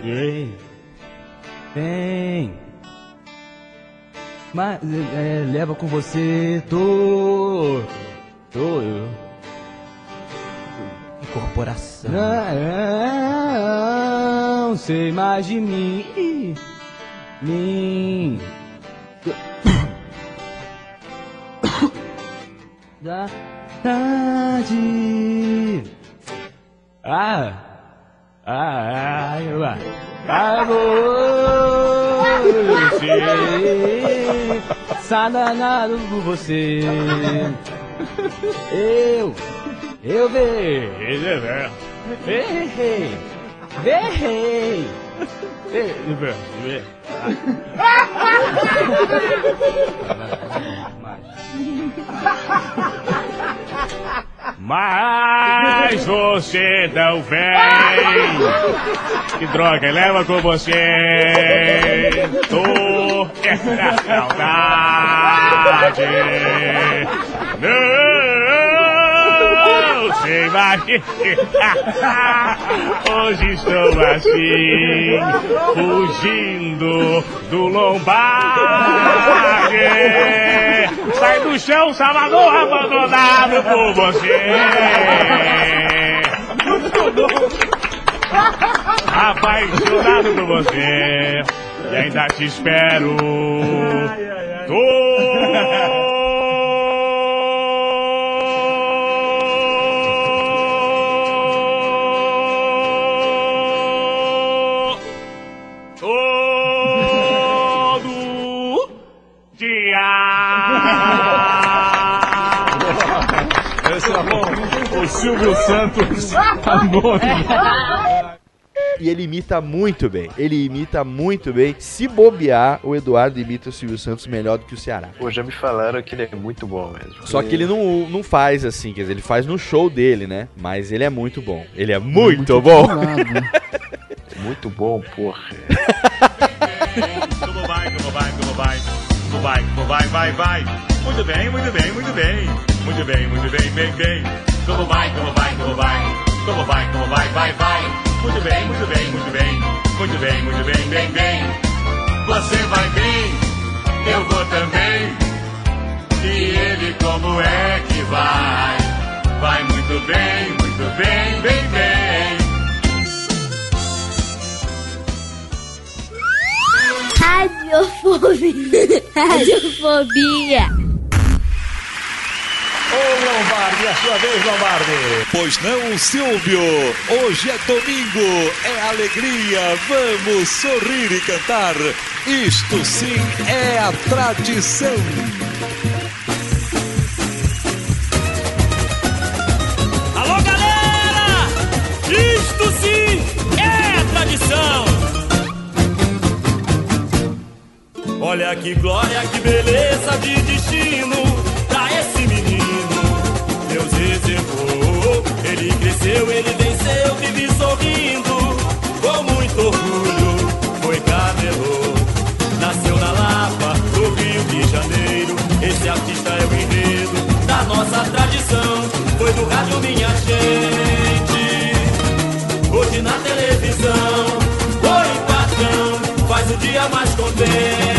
vem, mas leva com você tô corporação. Não sei mais de mim. Da tarde. Você sadanado por você. Eu mas você não vem. Que droga, leva com você. Tô na saudade. Não sei mais. Hoje estou assim, fugindo do Lombardi. Sai do chão, Salvador, abandonado por você. Apaixonado por você. E ainda te espero. Esse é bom. O Silvio Santos Anônimo. E ele imita muito bem. Ele imita muito bem. Se bobear, o Eduardo imita o Silvio Santos melhor do que o Ceará. Pô, já me falaram que ele é muito bom mesmo. Só que ele não faz assim, quer dizer, ele faz no show dele, né? Mas ele é muito bom. Ele é muito bom. Muito bom, porra. Como vai, como vai, como vai? Como vai, como vai, vai, vai. Muito bem, muito bem, muito bem. Muito bem, muito bem, bem, bem. Como vai, como vai, como vai? Como vai, como vai, vai, vai. Muito bem, muito bem, muito bem. Muito bem, muito bem, bem, bem. Você vai bem, eu vou também. E ele como é que vai? Vai muito bem, bem, bem. Radiofobia. Radiofobia. Ô Lombardi, a sua vez, Lombardi. Pois não, Silvio. Hoje é domingo, é alegria. Vamos sorrir e cantar. Isto sim é a tradição. Alô, galera! Isto sim é a tradição. Olha que glória, que beleza de destino pra esse menino. Deus reservou, ele cresceu, ele venceu, vive sorrindo. Com muito orgulho, foi camelô. Nasceu na Lapa, no Rio de Janeiro. Esse artista é o enredo da nossa tradição. Foi do rádio, minha gente. Hoje na televisão, oi patrão, faz o dia mais contente.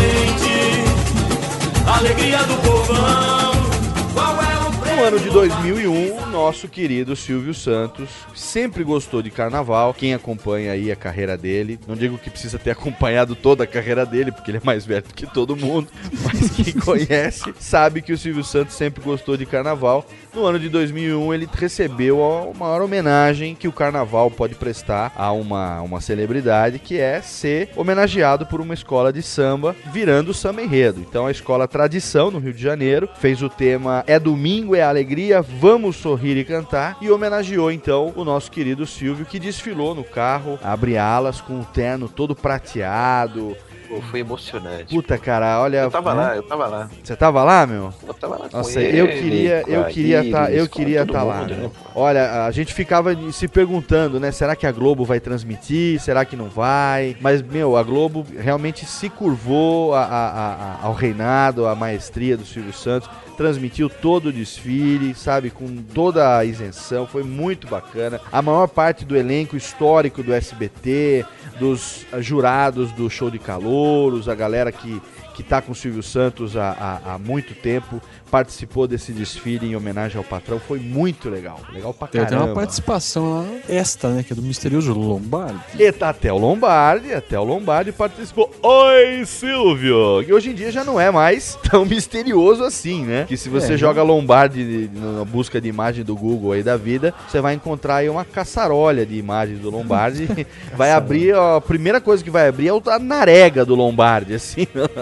Alegria do povão. Qual é o prêmio? No ano de 2001, nosso querido Silvio Santos sempre gostou de carnaval. Quem acompanha aí a carreira dele, não digo que precisa ter acompanhado toda a carreira dele, porque ele é mais velho do que todo mundo, mas quem conhece sabe que o Silvio Santos sempre gostou de carnaval. No ano de 2001, ele recebeu a maior homenagem que o carnaval pode prestar a uma celebridade, que é ser homenageado por uma escola de samba, virando samba enredo. Então a escola Tradição, no Rio de Janeiro, fez o tema É Domingo, é Alegria, Vamos Sorrir e Cantar, e homenageou então o nosso querido Silvio, que desfilou no carro, abre alas, com o terno todo prateado. Pô, foi emocionante. Puta, cara, olha... Eu tava lá. Você tava lá, meu? Eu tava lá com Nossa, ele, eu queria estar lá, né? Olha, a gente ficava se perguntando, né? Será que a Globo vai transmitir? Será que não vai? Mas, meu, a Globo realmente se curvou ao reinado, à maestria do Silvio Santos. Transmitiu todo o desfile, sabe, com toda a isenção, foi muito bacana. A maior parte do elenco histórico do SBT, dos jurados do Show de Calouros, a galera que tá com o Silvio Santos há muito tempo, participou desse desfile em homenagem ao patrão, foi muito legal, legal pra caramba. Tem uma participação lá extra, né, que é do misterioso Lombardi. E tá até o Lombardi participou. Oi, Silvio! E hoje em dia já não é mais tão misterioso assim, né? Que se você joga Lombardi na busca de imagem do Google aí da vida, você vai encontrar aí uma caçarolha de imagens do Lombardi. Vai abrir, a primeira coisa que vai abrir é a narega do Lombardi, assim.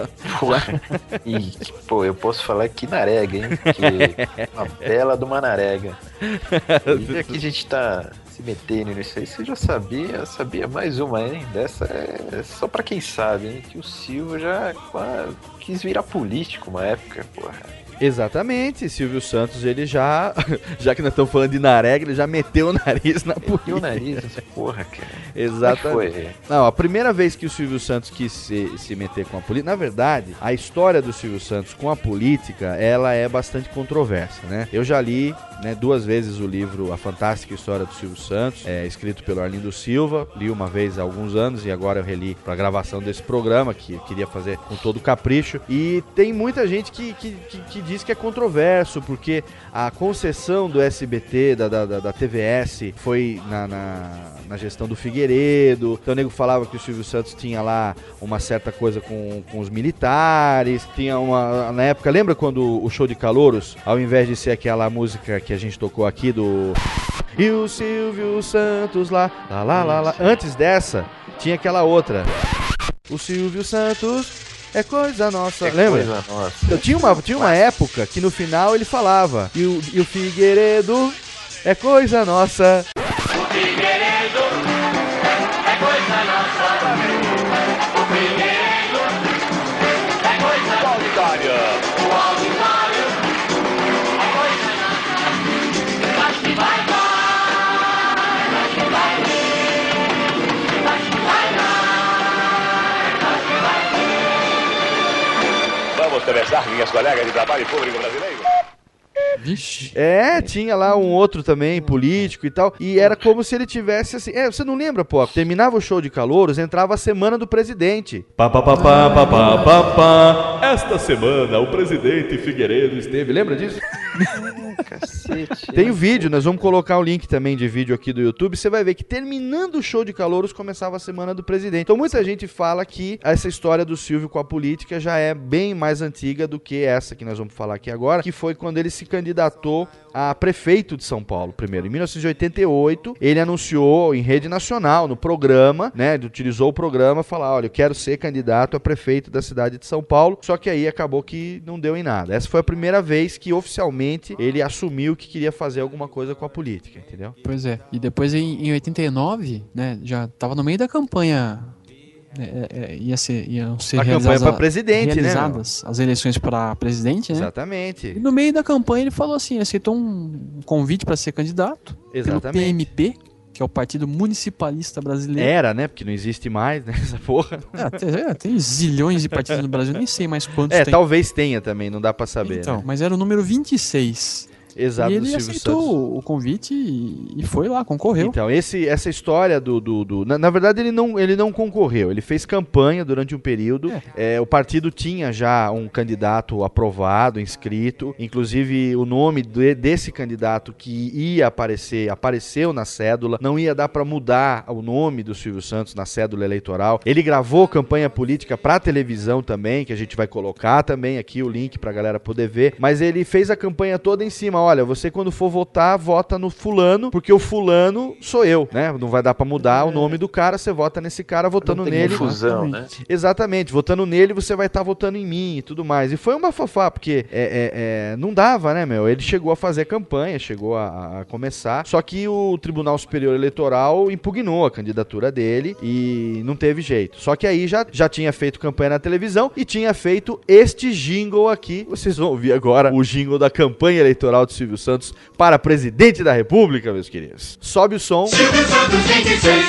Pô, eu posso falar que narega, hein? Que uma bela de uma narega. E já que a gente tá se metendo nisso aí, você já sabia mais uma, hein? Dessa é só pra quem sabe, hein? Que o Silvio já quis virar político uma época, porra. Exatamente, Silvio Santos, ele já que nós estamos falando de narega, ele já meteu o nariz na política. Meteu o nariz nessa porra, cara. Exatamente. Foi? Não, a primeira vez que o Silvio Santos quis se meter com a política, na verdade, a história do Silvio Santos com a política, ela é bastante controversa, né? Eu já li, né, 2 vezes o livro A Fantástica História do Silvio Santos, escrito pelo Arlindo Silva, li uma vez há alguns anos e agora eu reli para a gravação desse programa, que eu queria fazer com todo capricho, e tem muita gente que diz que é controverso, porque a concessão do SBT, da TVS, foi na gestão do Figueiredo. Então o nego falava que o Silvio Santos tinha lá uma certa coisa com os militares, tinha na época, lembra quando o Show de Calouros, ao invés de ser aquela música que a gente tocou aqui do E o Silvio Santos lá, antes dessa, tinha aquela outra, o Silvio Santos é coisa nossa, lembra? Coisa nossa. Então, tinha uma época que no final ele falava e o Figueiredo é coisa nossa. O Figueiredo é coisa nossa. O primeiro é coisa do auditório. O auditório é coisa nossa. Acho que vai dar. Acho que vai vir. Acho que vai dar. Acho que vai vir. Vamos começar, minhas colegas de trabalho público brasileiro. Vixe. Tinha lá um outro também, político e tal, e era como se ele tivesse assim, você não lembra, pô, terminava o show de calouros, entrava a semana do presidente. Esta semana o presidente Figueiredo esteve, lembra disso? Cacete. Tem o vídeo, nós vamos colocar o link também de vídeo aqui do YouTube, você vai ver que terminando o show de calouros começava a semana do presidente. Então muita gente fala que essa história do Silvio com a política já é bem mais antiga do que essa que nós vamos falar aqui agora, que foi quando ele se candidatou a prefeito de São Paulo, primeiro. Em 1988, ele anunciou em rede nacional, no programa, né, ele utilizou o programa, falar, olha, eu quero ser candidato a prefeito da cidade de São Paulo, só que aí acabou que não deu em nada. Essa foi a primeira vez que oficialmente ele assumiu que queria fazer alguma coisa com a política, entendeu? Pois é. E depois em 89, né, já tava no meio da campanha, iam ser a campanha para presidente, realizadas, né, as eleições para presidente, né? Exatamente. E no meio da campanha ele falou assim, aceitou um convite para ser candidato. Exatamente. Pelo PMP, que é o Partido Municipalista Brasileiro. Era, né? Porque não existe mais, né? Essa porra. Tem zilhões de partidos no Brasil, nem sei mais quantos tem. Talvez tenha também, não dá pra saber. Então, né? Mas era o número 26. Exato, e ele do Silvio aceitou Santos. o convite e foi lá, concorreu. Então, essa história na verdade, ele não concorreu. Ele fez campanha durante um período. O partido tinha já um candidato aprovado, inscrito. Inclusive, o nome desse candidato que ia apareceu na cédula. Não ia dar para mudar o nome do Silvio Santos na cédula eleitoral. Ele gravou campanha política para televisão também, que a gente vai colocar também aqui o link pra galera poder ver. Mas ele fez a campanha toda em cima. Olha, você quando for votar, vota no fulano, porque o fulano sou eu, né? Não vai dar pra mudar o nome do cara, você vota nesse cara votando nele. Confusão, né? Exatamente, votando nele você vai estar votando em mim e tudo mais. E foi uma fofá, porque não dava, né, meu? Ele chegou a fazer campanha, chegou a começar, só que o Tribunal Superior Eleitoral impugnou a candidatura dele e não teve jeito. Só que aí já tinha feito campanha na televisão e tinha feito este jingle aqui. Vocês vão ouvir agora o jingle da campanha eleitoral de Silvio Santos para presidente da República, meus queridos. Sobe o som. Silvio Santos 26.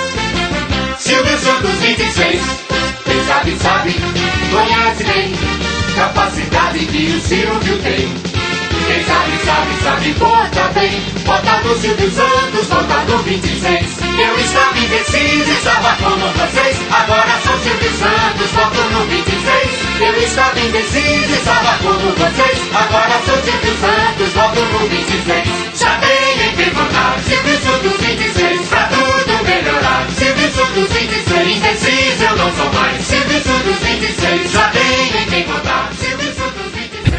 Silvio Santos 26. Quem sabe, conhece bem. Capacidade que o Silvio tem. Quem sabe, vota bem. Vota no Silvio Santos, vota no 26. Eu estava indeciso, estava como vocês. Agora sou Silvio Santos, voto no 26. Eu estava indeciso, estava como vocês. Agora sou Silvio Santos, voto no 26. Já tenho em quem votar, Silvio Santos 26. Pra tudo melhorar, Silvio Santos 26. Indeciso eu não sou mais, Silvio Santos 26. Já tenho em quem votar, Silvio Santos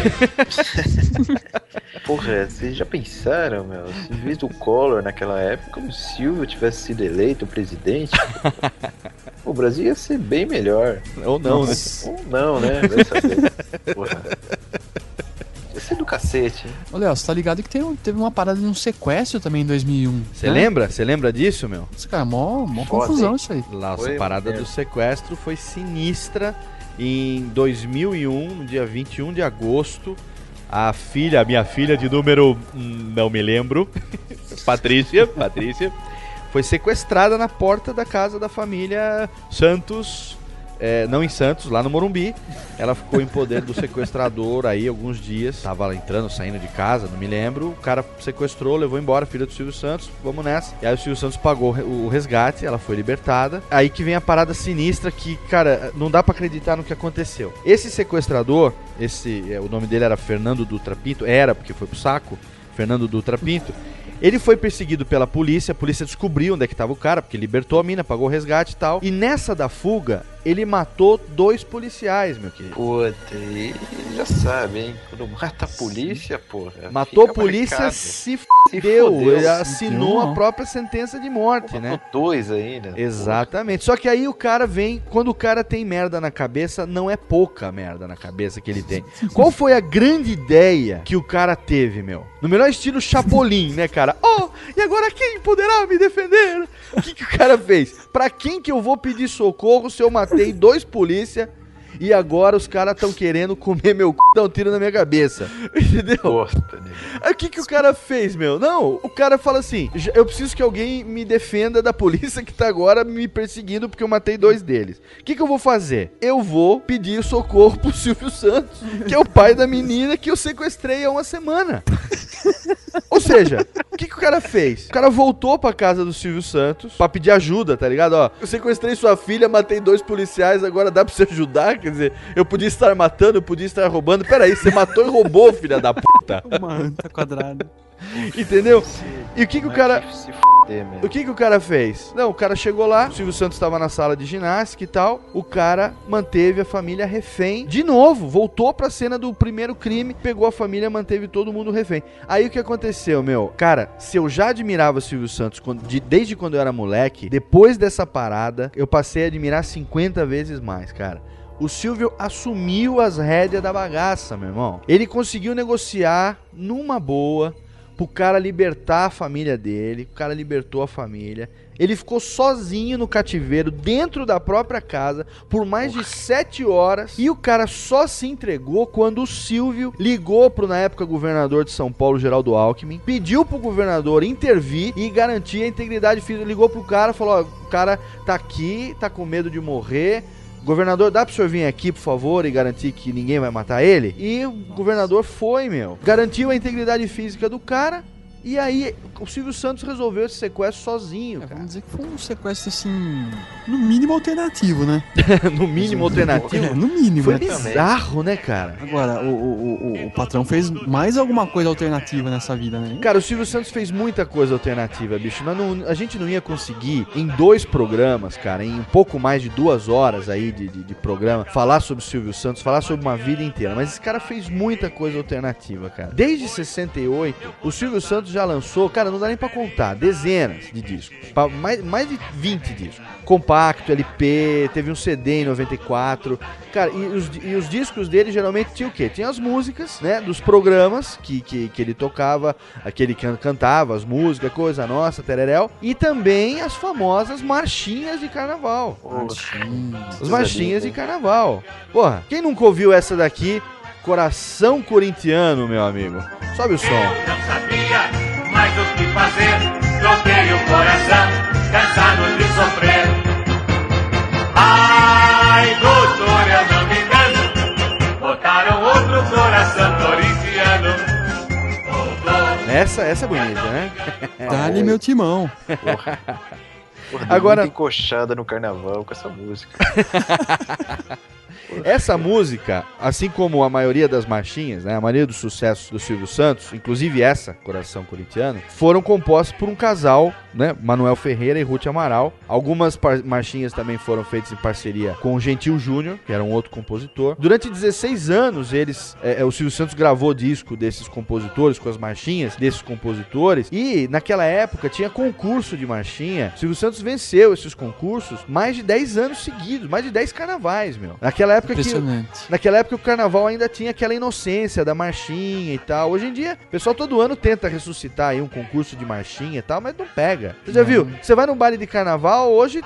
26. Porra, vocês já pensaram, meu? Se em vez do Collor naquela época, o Silvio tivesse sido eleito presidente, o Brasil ia ser bem melhor. Ou não, né? Ou não, né? Vai saber. Porra. Ia ser do cacete, hein? Ô, Léo, você tá ligado que teve uma parada de um sequestro também em 2001. Você lembra? Você lembra disso, meu? Esse cara, mó confusão isso aí. Lá, essa parada do sequestro foi sinistra. Em 2001, no dia 21 de agosto, a minha filha de número, não me lembro, Patrícia, foi sequestrada na porta da casa da família Santos, não em Santos, lá no Morumbi. Ela ficou em poder do sequestrador aí alguns dias, tava entrando, saindo de casa, não me lembro. O cara sequestrou, levou embora a filha do Silvio Santos, vamos nessa. E aí o Silvio Santos pagou o resgate, ela foi libertada. Aí que vem a parada sinistra que, cara, não dá pra acreditar no que aconteceu. Esse sequestrador, o nome dele era Fernando Dutra Pinto, porque foi pro saco, Fernando Dutra Pinto. Ele foi perseguido pela polícia, a polícia descobriu onde é que tava o cara, porque libertou a mina, pagou o resgate e tal. E nessa da fuga, ele matou 2 policiais, meu querido. Puta, e já sabe, hein? Quando mata a polícia, porra. Matou a polícia, se fudeu. Ele assinou a própria sentença de morte, né? Matou 2 ainda. Exatamente. Só que aí o cara vem, quando o cara tem merda na cabeça, não é pouca merda na cabeça que ele tem. Qual foi a grande ideia que o cara teve, meu? No melhor estilo Chapolin, né, cara? Oh, e agora quem poderá me defender? O que o cara fez? Pra quem que eu vou pedir socorro se eu matei 2 polícia e agora os caras estão querendo comer meu c... dar um tiro na minha cabeça? Entendeu? Aí o que o cara fez, meu? Não, o cara fala assim, eu preciso que alguém me defenda da polícia que tá agora me perseguindo porque eu matei 2 deles. O que eu vou fazer? Eu vou pedir socorro pro Silvio Santos, que é o pai da menina que eu sequestrei há uma semana. Ou seja, o que o cara fez? O cara voltou pra casa do Silvio Santos pra pedir ajuda, tá ligado? Ó, eu sequestrei sua filha, matei 2 policiais, agora dá pra você ajudar? Quer dizer, eu podia estar matando, eu podia estar roubando. Peraí, você matou e roubou, filha da puta. Mano, tá quadrado. Entendeu? E o que o cara... O que o cara fez? Não, o cara chegou lá, o Silvio Santos estava na sala de ginástica e tal, o cara manteve a família refém, de novo, voltou pra cena do primeiro crime, pegou a família, manteve todo mundo refém. Aí o que aconteceu, meu? Cara, se eu já admirava o Silvio Santos desde quando eu era moleque, depois dessa parada, eu passei a admirar 50 vezes mais, cara. O Silvio assumiu as rédeas da bagaça, meu irmão. Ele conseguiu negociar numa boa pro cara libertar a família dele. O cara libertou a família. Ele ficou sozinho no cativeiro, dentro da própria casa, por mais de 7 horas. E o cara só se entregou quando o Silvio ligou pro, na época, governador de São Paulo, Geraldo Alckmin, pediu pro governador intervir e garantir a integridade física. Ligou pro cara, falou, ó, o cara tá aqui, tá com medo de morrer. Governador, dá pro senhor vir aqui, por favor, e garantir que ninguém vai matar ele? E o governador foi, meu. Garantiu a integridade física do cara. E aí, o Silvio Santos resolveu esse sequestro sozinho, cara. Vamos dizer que foi um sequestro, assim, no mínimo alternativo, né? No mínimo alternativo? É, no mínimo, foi né? Bizarro, né, cara? Agora, o patrão fez mais alguma coisa alternativa nessa vida, né? Cara, o Silvio Santos fez muita coisa alternativa, bicho. A gente não ia conseguir, em 2 programas, cara, em um pouco mais de 2 horas aí de programa, falar sobre o Silvio Santos, falar sobre uma vida inteira. Mas esse cara fez muita coisa alternativa, cara. Desde 68, o Silvio Santos já lançou, cara, não dá nem pra contar, dezenas de discos, mais de 20 discos, compacto, LP, teve um CD em 94, cara, e os discos dele geralmente tinha o quê? Tinha as músicas, né, dos programas que ele tocava, que ele cantava, as músicas, Coisa Nossa, Tereréu, e também as famosas marchinhas de carnaval. As marchinhas de carnaval. Porra, quem nunca ouviu essa daqui? Coração Corintiano, meu amigo. Sobe o som. Eu não sabia mais o que fazer. Troquei o coração, cansado de sofrer. Ai, doutor, eu não me engano. Botaram outro coração corintiano. Essa é bonita, né? Dá-lhe meu timão. Porra, agora encoxada no carnaval com essa música. Essa música, assim como a maioria das marchinhas, né, a maioria dos sucessos do Silvio Santos, inclusive essa, Coração Corintiano, foram compostas por um casal, né, Manuel Ferreira e Ruth Amaral. Algumas marchinhas também foram feitas em parceria com o Gentil Júnior, que era um outro compositor. Durante 16 anos, o Silvio Santos gravou disco desses compositores, com as marchinhas desses compositores, e naquela época tinha concurso de marchinha. O Silvio Santos venceu esses concursos mais de 10 anos seguidos, mais de 10 carnavais, meu. Naquela época o carnaval ainda tinha aquela inocência da marchinha e tal. Hoje em dia, o pessoal todo ano tenta ressuscitar aí um concurso de marchinha e tal, mas não pega. Você já viu? Você vai num baile de carnaval, hoje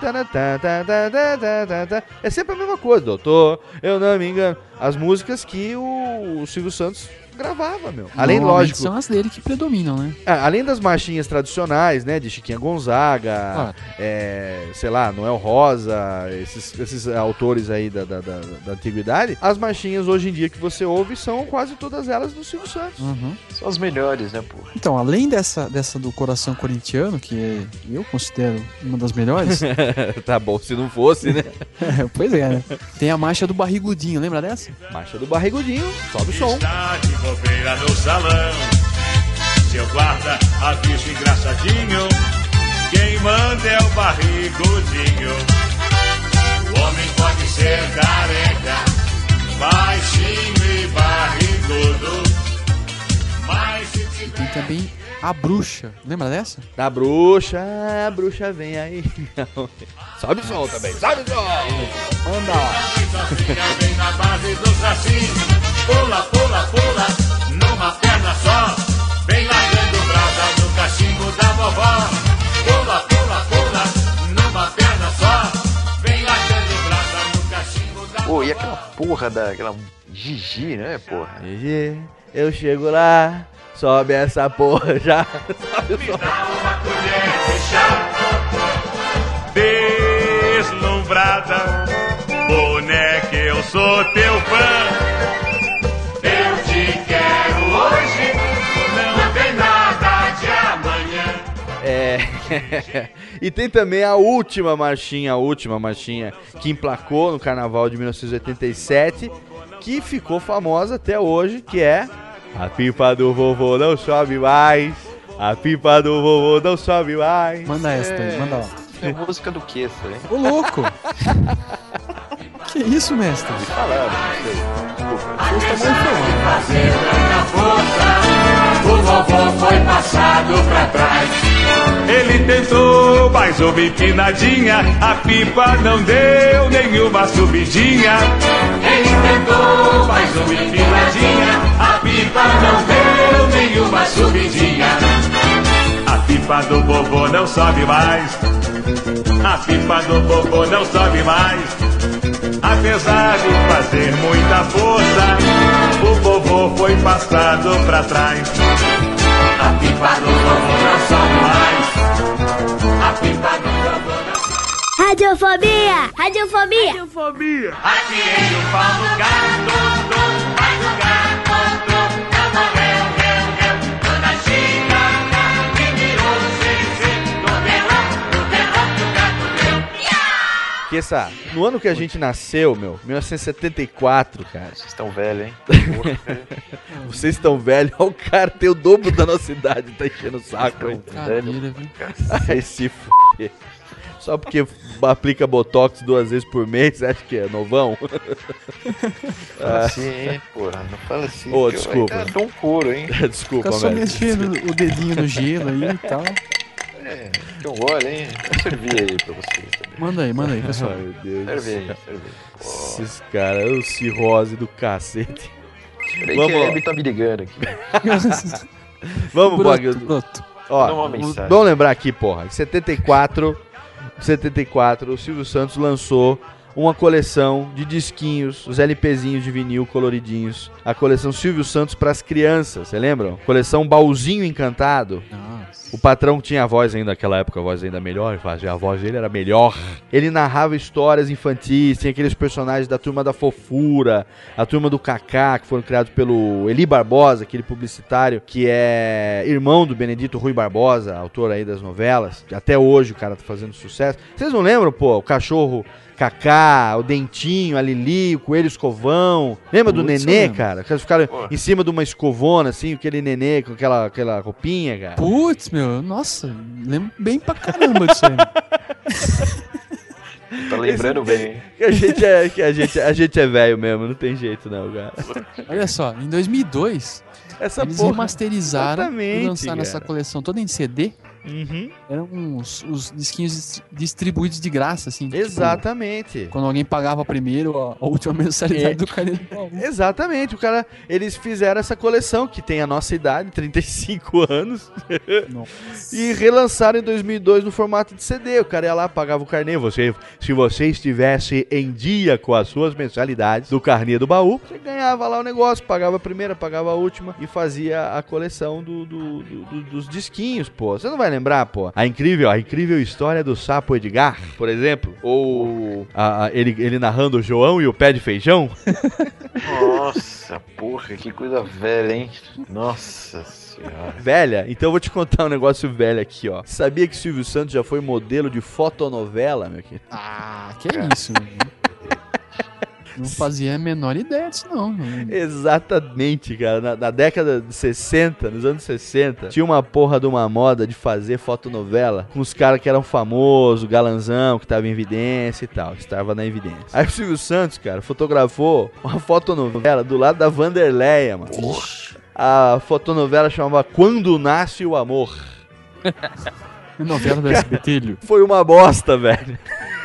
é sempre a mesma coisa, doutor, eu não me engano. As músicas que o Silvio Santos gravava, meu. Além, lógico, são as dele que predominam, né? Além das marchinhas tradicionais, né? De Chiquinha Gonzaga, sei lá, Noel Rosa, esses autores aí da antiguidade, as marchinhas hoje em dia que você ouve são quase todas elas do Silvio Santos. Uhum. São as melhores, né, pô? Então, além dessa do Coração Corintiano, que eu considero uma das melhores. Tá bom, se não fosse, né? Pois é, né? Tem a marcha do Barrigudinho, lembra dessa? Marcha do Barrigudinho, sobe o som. Bobeira no salão, seu guarda avisa engraçadinho, quem manda é o Barrigudinho. O Homem pode ser careca, baixinho e barrigudo, mas se E tem também a bruxa. Lembra dessa? Da bruxa, a bruxa vem aí. Sobe o som também, sobe o som. Manda. Vem na base dos bracinhos, pula, pula, pula, numa perna só. Vem largando brasa no cachimbo da vovó. Pula, pula, pula, numa perna só. Vem largando brasa no cachimbo da vovó. Pô, e aquela porra daquela Gigi, né, porra? Gigi, eu chego lá, sobe essa porra já. Sobe o som. Uma colher de chá, deslumbrada, boneca, eu sou teu fã. Eu te quero hoje, não tem nada de amanhã. E tem também a última marchinha que emplacou no Carnaval de 1987, que ficou famosa até hoje, que é a pipa do vovô não sobe mais. A pipa do vovô não sobe mais. Manda essa aí, manda lá. É música do que essa, hein? Ô, louco! Que isso, mestre? Me falaram, não sei. Desculpa. Vocês estão mal informados. Fazer tanta força, o vovô foi passado pra trás. Ele tentou mais uma empinadinha, a pipa não deu nenhuma subidinha. Ele tentou mais uma empinadinha, a pipa não deu nenhuma subidinha. A pipa do vovô não sobe mais, a pipa do vovô não sobe mais. Apesar de fazer muita força, o vovô foi passado pra trás. A pipa do vovô não sobe mais, a pipa do vovô não sobe mais. Radiofobia! Radiofobia! Radiofobia! Atirei o pau no gato, vai no gato, não morreu, quando a chicana me virou no terrão que o gato deu. Que essa, no ano que a gente nasceu, 1974, cara. Vocês estão velhos, hein? Vocês estão velhos, olha o cara tem o dobro da nossa idade, tá enchendo o saco, hein? Ai, se f***. Só porque aplica Botox 2 vezes por mês, você acha que é novão? Fala assim, hein, porra. Não fala assim. Ô, desculpa. Cara, dá um couro, hein? Desculpa, fica só mexendo o dedinho no gelo aí e tal. Que um gole, hein? Vou servir aí pra vocês também. Manda aí, pessoal. Ai, meu Deus. Serve aí. Esses caras, o cirrose do cacete. Peraí que a Hebe tá me ligando aqui. Vamos, Broto. Ó, vamos lembrar aqui, porra. Em 74, o Silvio Santos lançou uma coleção de disquinhos, os LPzinhos de vinil coloridinhos. A coleção Silvio Santos pras crianças, você lembram? Coleção Baúzinho Encantado. Nossa. O patrão tinha a voz ainda naquela época, a voz ainda melhor, a voz dele era melhor. Ele narrava histórias infantis, tinha aqueles personagens da Turma da Fofura, a Turma do Cacá, que foram criados pelo Eli Barbosa, aquele publicitário que é irmão do Benedito Rui Barbosa, autor aí das novelas. Até hoje o cara tá fazendo sucesso. Vocês não lembram, pô, o cachorro Cacá, o Dentinho, a Lili, o Coelho Escovão. Lembra do Nenê, cara? Eles ficaram em cima de uma escovona, assim, aquele Nenê com aquela roupinha, cara. Putz, meu, nossa, lembro bem pra caramba disso aí. Tá lembrando bem, hein? Que a gente é velho mesmo, não tem jeito não, cara. Olha só, em 2002, eles remasterizaram e lançaram essa coleção toda em CD. Uhum. Eram os disquinhos distribuídos de graça, assim. Exatamente. Tipo, quando alguém pagava primeiro a última mensalidade do carnê do baú. Exatamente. Eles fizeram essa coleção, que tem a nossa idade, 35 anos. E relançaram em 2002 no formato de CD. O cara ia lá, pagava o carnê. Se você estivesse em dia com as suas mensalidades do carnê do baú, você ganhava lá o negócio, pagava a primeira, pagava a última e fazia a coleção dos disquinhos, pô. Você não vai lembrar, pô, a incrível história do sapo Edgar, por exemplo, ou ele narrando o João e o pé de feijão. Nossa, porra, que coisa velha, hein? Nossa senhora. Velha? Então eu vou te contar um negócio velho aqui, ó. Sabia que Silvio Santos já foi modelo de fotonovela, meu querido? Ah, que isso, Não fazia a menor ideia disso, não. Exatamente, cara. Na década de 60, nos anos 60, tinha uma porra de uma moda de fazer fotonovela com os caras que eram famosos, galanzão, que tava em evidência e tal. Estava na evidência. Aí o Silvio Santos, cara, fotografou uma fotonovela do lado da Vanderleia, mano. A fotonovela chamava Quando Nasce o Amor. Novela do SBT. Foi uma bosta, velho.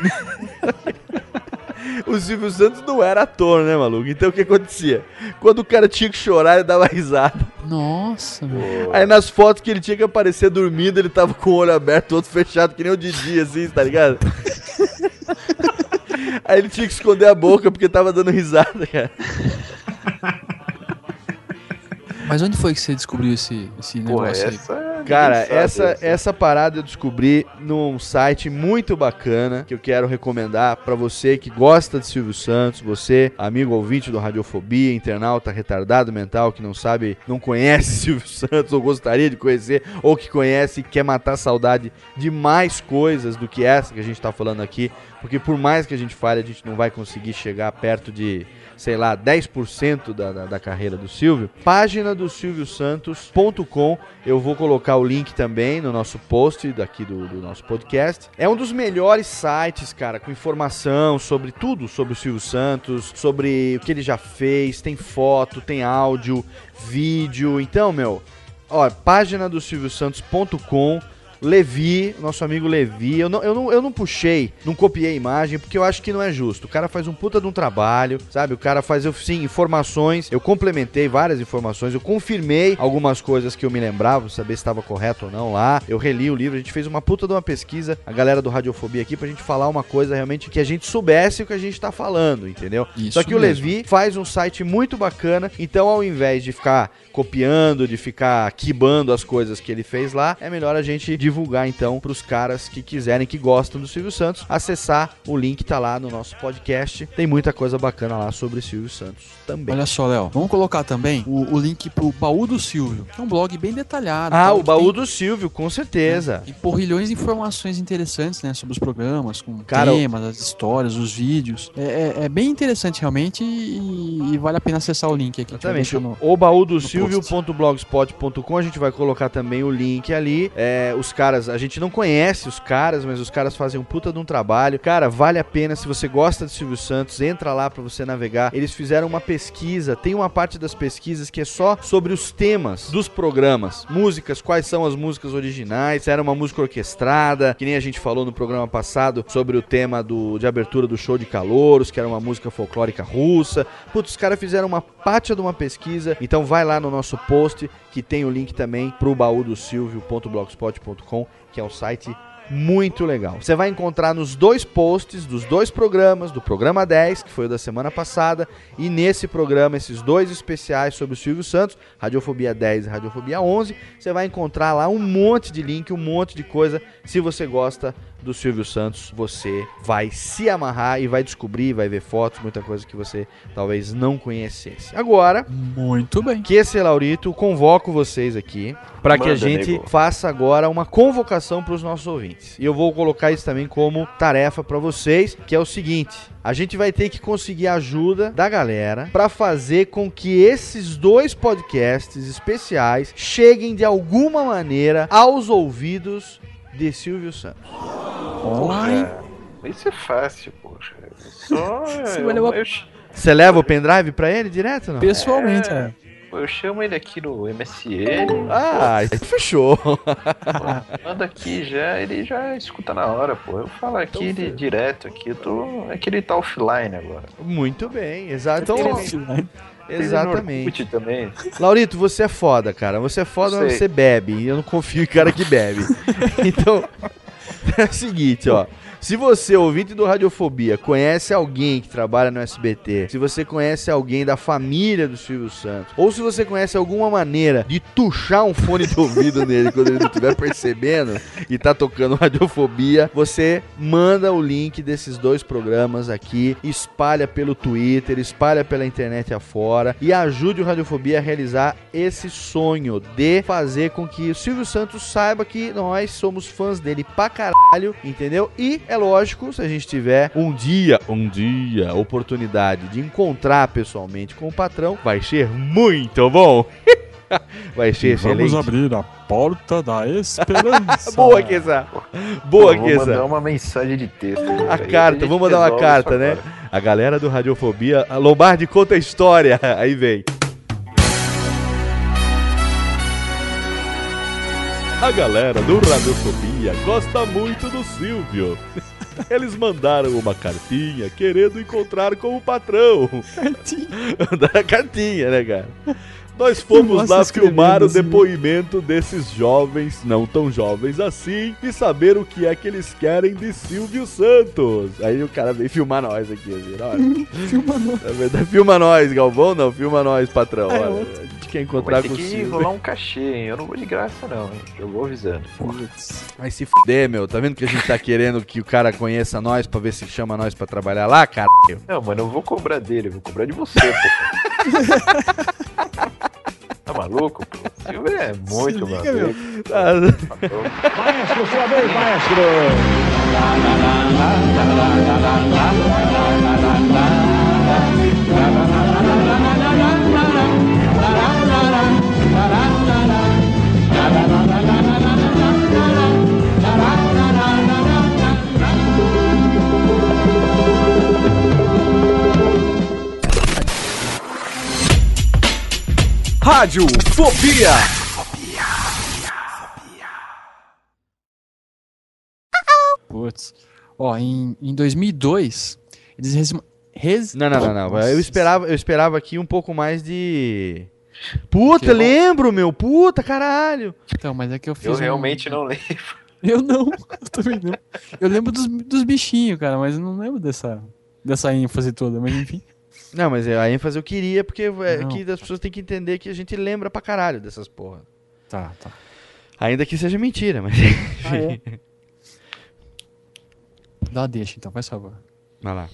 O Silvio Santos não era ator, né, maluco? Então o que acontecia? Quando o cara tinha que chorar, ele dava risada. Nossa, meu. Aí nas fotos que ele tinha que aparecer dormindo, ele tava com o olho aberto, o outro fechado, que nem o Didi, assim, tá ligado? Aí ele tinha que esconder a boca porque tava dando risada, cara. Mas onde foi que você descobriu esse negócio aí? Cara, essa parada eu descobri num site muito bacana que eu quero recomendar pra você que gosta de Silvio Santos, você, amigo ouvinte do Radiofobia, internauta retardado mental que não sabe, não conhece Silvio Santos ou gostaria de conhecer, ou que conhece e quer matar a saudade de mais coisas do que essa que a gente tá falando aqui, porque por mais que a gente fale, a gente não vai conseguir chegar perto de, sei lá, 10% da carreira do Silvio. Página do silviosantos.com. Eu vou colocar o link também no nosso post daqui do nosso podcast. É um dos melhores sites, cara, com informação sobre tudo sobre o Silvio Santos, sobre o que ele já fez, tem foto, tem áudio, vídeo. Então, ó, página do silviosantos.com. Levi, nosso amigo Levi, eu não puxei, não copiei a imagem, porque eu acho que não é justo. O cara faz um puta de um trabalho, sabe? O cara faz, sim, informações, eu complementei várias informações, eu confirmei algumas coisas que eu me lembrava, saber se estava correto ou não lá. Eu reli o livro, a gente fez uma puta de uma pesquisa, a galera do Radiofobia aqui, pra gente falar uma coisa realmente que a gente soubesse o que a gente tá falando, entendeu? Isso Só que mesmo. o Levi faz um site muito bacana, então ao invés de ficar copiando, de ficar quibando as coisas que ele fez lá, é melhor a gente divulgar então pros caras que quiserem, que gostam do Silvio Santos, acessar, o link tá lá no nosso podcast, tem muita coisa bacana lá sobre Silvio Santos também. Olha só, Léo, vamos colocar também o link pro Baú do Silvio, que é um blog bem detalhado. Ah, tal, o Baú do Silvio, com certeza. E porrilhões de informações interessantes, né, sobre os programas, com Cara, temas, as histórias, os vídeos. É bem interessante realmente e vale a pena acessar o link aqui. Exatamente. O Baú do Silvio.blogspot.com, a gente vai colocar também o link ali. Os caras, a gente não conhece os caras, mas os caras fazem um puta de um trabalho. Cara, vale a pena, se você gosta de Silvio Santos, entra lá pra você navegar. Eles fizeram uma pesquisa, tem uma parte das pesquisas que é só sobre os temas dos programas. Músicas, quais são as músicas originais, se era uma música orquestrada, que nem a gente falou no programa passado sobre o tema de abertura do show de calouros, que era uma música folclórica russa. Putz, os caras fizeram uma pátia de uma pesquisa, então vai lá no nosso post, que tem o link também pro baú do Silvio.blogspot.com, que é um site muito legal. Você vai encontrar nos dois posts dos dois programas, do programa 10, que foi o da semana passada, e nesse programa, esses dois especiais sobre o Silvio Santos, Radiofobia 10 e Radiofobia 11, você vai encontrar lá um monte de link, um monte de coisa. Se você gosta do Silvio Santos, você vai se amarrar e vai descobrir, vai ver fotos, muita coisa que você talvez não conhecesse. Agora, muito bem, que esse Laurito, convoco vocês aqui para que a gente faça agora uma convocação para os nossos ouvintes. E eu vou colocar isso também como tarefa para vocês, que é o seguinte: a gente vai ter que conseguir a ajuda da galera para fazer com que esses dois podcasts especiais cheguem de alguma maneira aos ouvidos de Silvio Santos. Isso é fácil, poxa. Só Você leva o pendrive pra ele direto, não? Pessoalmente, Eu chamo ele aqui no MSN. Ah, fechou. Manda aqui já, ele já escuta na hora, pô. Eu falo aqui ele direto aqui, é que ele tá offline agora. Muito bem, exato. Exatamente. Também. Laurito, você é foda, cara. Você é foda, mas você bebe. E eu não confio em cara que bebe. Então, é o seguinte, ó. Se você, ouvinte do Radiofobia, conhece alguém que trabalha no SBT, se você conhece alguém da família do Silvio Santos, ou se você conhece alguma maneira de tuchar um fone de ouvido nele quando ele não estiver percebendo e tá tocando Radiofobia, você manda o link desses dois programas aqui, espalha pelo Twitter, espalha pela internet afora e ajude o Radiofobia a realizar esse sonho de fazer com que o Silvio Santos saiba que nós somos fãs dele pra caralho, entendeu? E É lógico, se a gente tiver um dia, oportunidade de encontrar pessoalmente com o patrão, vai ser muito bom. Vai ser excelente. Vamos abrir a porta da esperança. Boa, Kessa. Boa, Kessa. Vou mandar uma mensagem de texto. A carta, vamos mandar uma carta, né? A galera do Radiofobia, a Lombardi conta a história. Aí vem. A galera do Radiofobia gosta muito do Silvio. Eles mandaram uma cartinha querendo encontrar com o patrão. Mandaram a cartinha, né, cara? Nós fomos lá filmar o depoimento desses jovens, não tão jovens assim, e saber o que é que eles querem de Silvio Santos. Aí o cara veio filmar nós aqui, assim, olha. Filma nós. Na verdade, filma nós, Galvão, não, filma nós, patrão. Olha, a gente quer encontrar com o Silvio. Tem que rolar um cachê, hein? Eu não vou de graça, não, hein? Eu vou avisando. Vai se fuder, meu. Tá vendo que a gente tá querendo que o cara conheça nós pra ver se chama nós pra trabalhar lá, cara? Não, mas não vou cobrar dele, eu vou cobrar de você, pô. Tá maluco, pô? Silvio é muito maluco. Maestro, sua vez, maestro. Radiofobia. Putz. Ó, em 2002, eles Não. Eu esperava aqui um pouco mais de... Puta, lembro, meu. Puta, caralho. Então, mas é que eu fiz... Eu realmente não lembro. Eu também não. Eu lembro dos bichinhos, cara, mas eu não lembro dessa ênfase toda, mas enfim. Não, mas a ênfase eu queria, porque que as pessoas têm que entender que a gente lembra pra caralho dessas porra. Tá. Ainda que seja mentira, mas... É? Dá deixa, então, faz favor. Vai lá.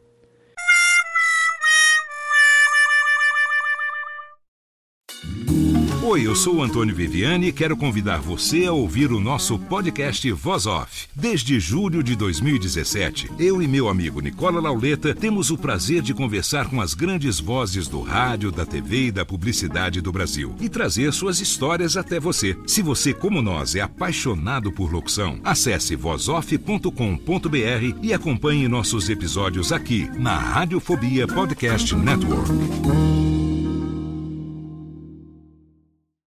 Oi, eu sou o Antônio Viviani e quero convidar você a ouvir o nosso podcast Voz Off. Desde julho de 2017, eu e meu amigo Nicola Lauleta temos o prazer de conversar com as grandes vozes do rádio, da TV e da publicidade do Brasil e trazer suas histórias até você. Se você, como nós, é apaixonado por locução, acesse vozoff.com.br e acompanhe nossos episódios aqui na Radiofobia Podcast Network.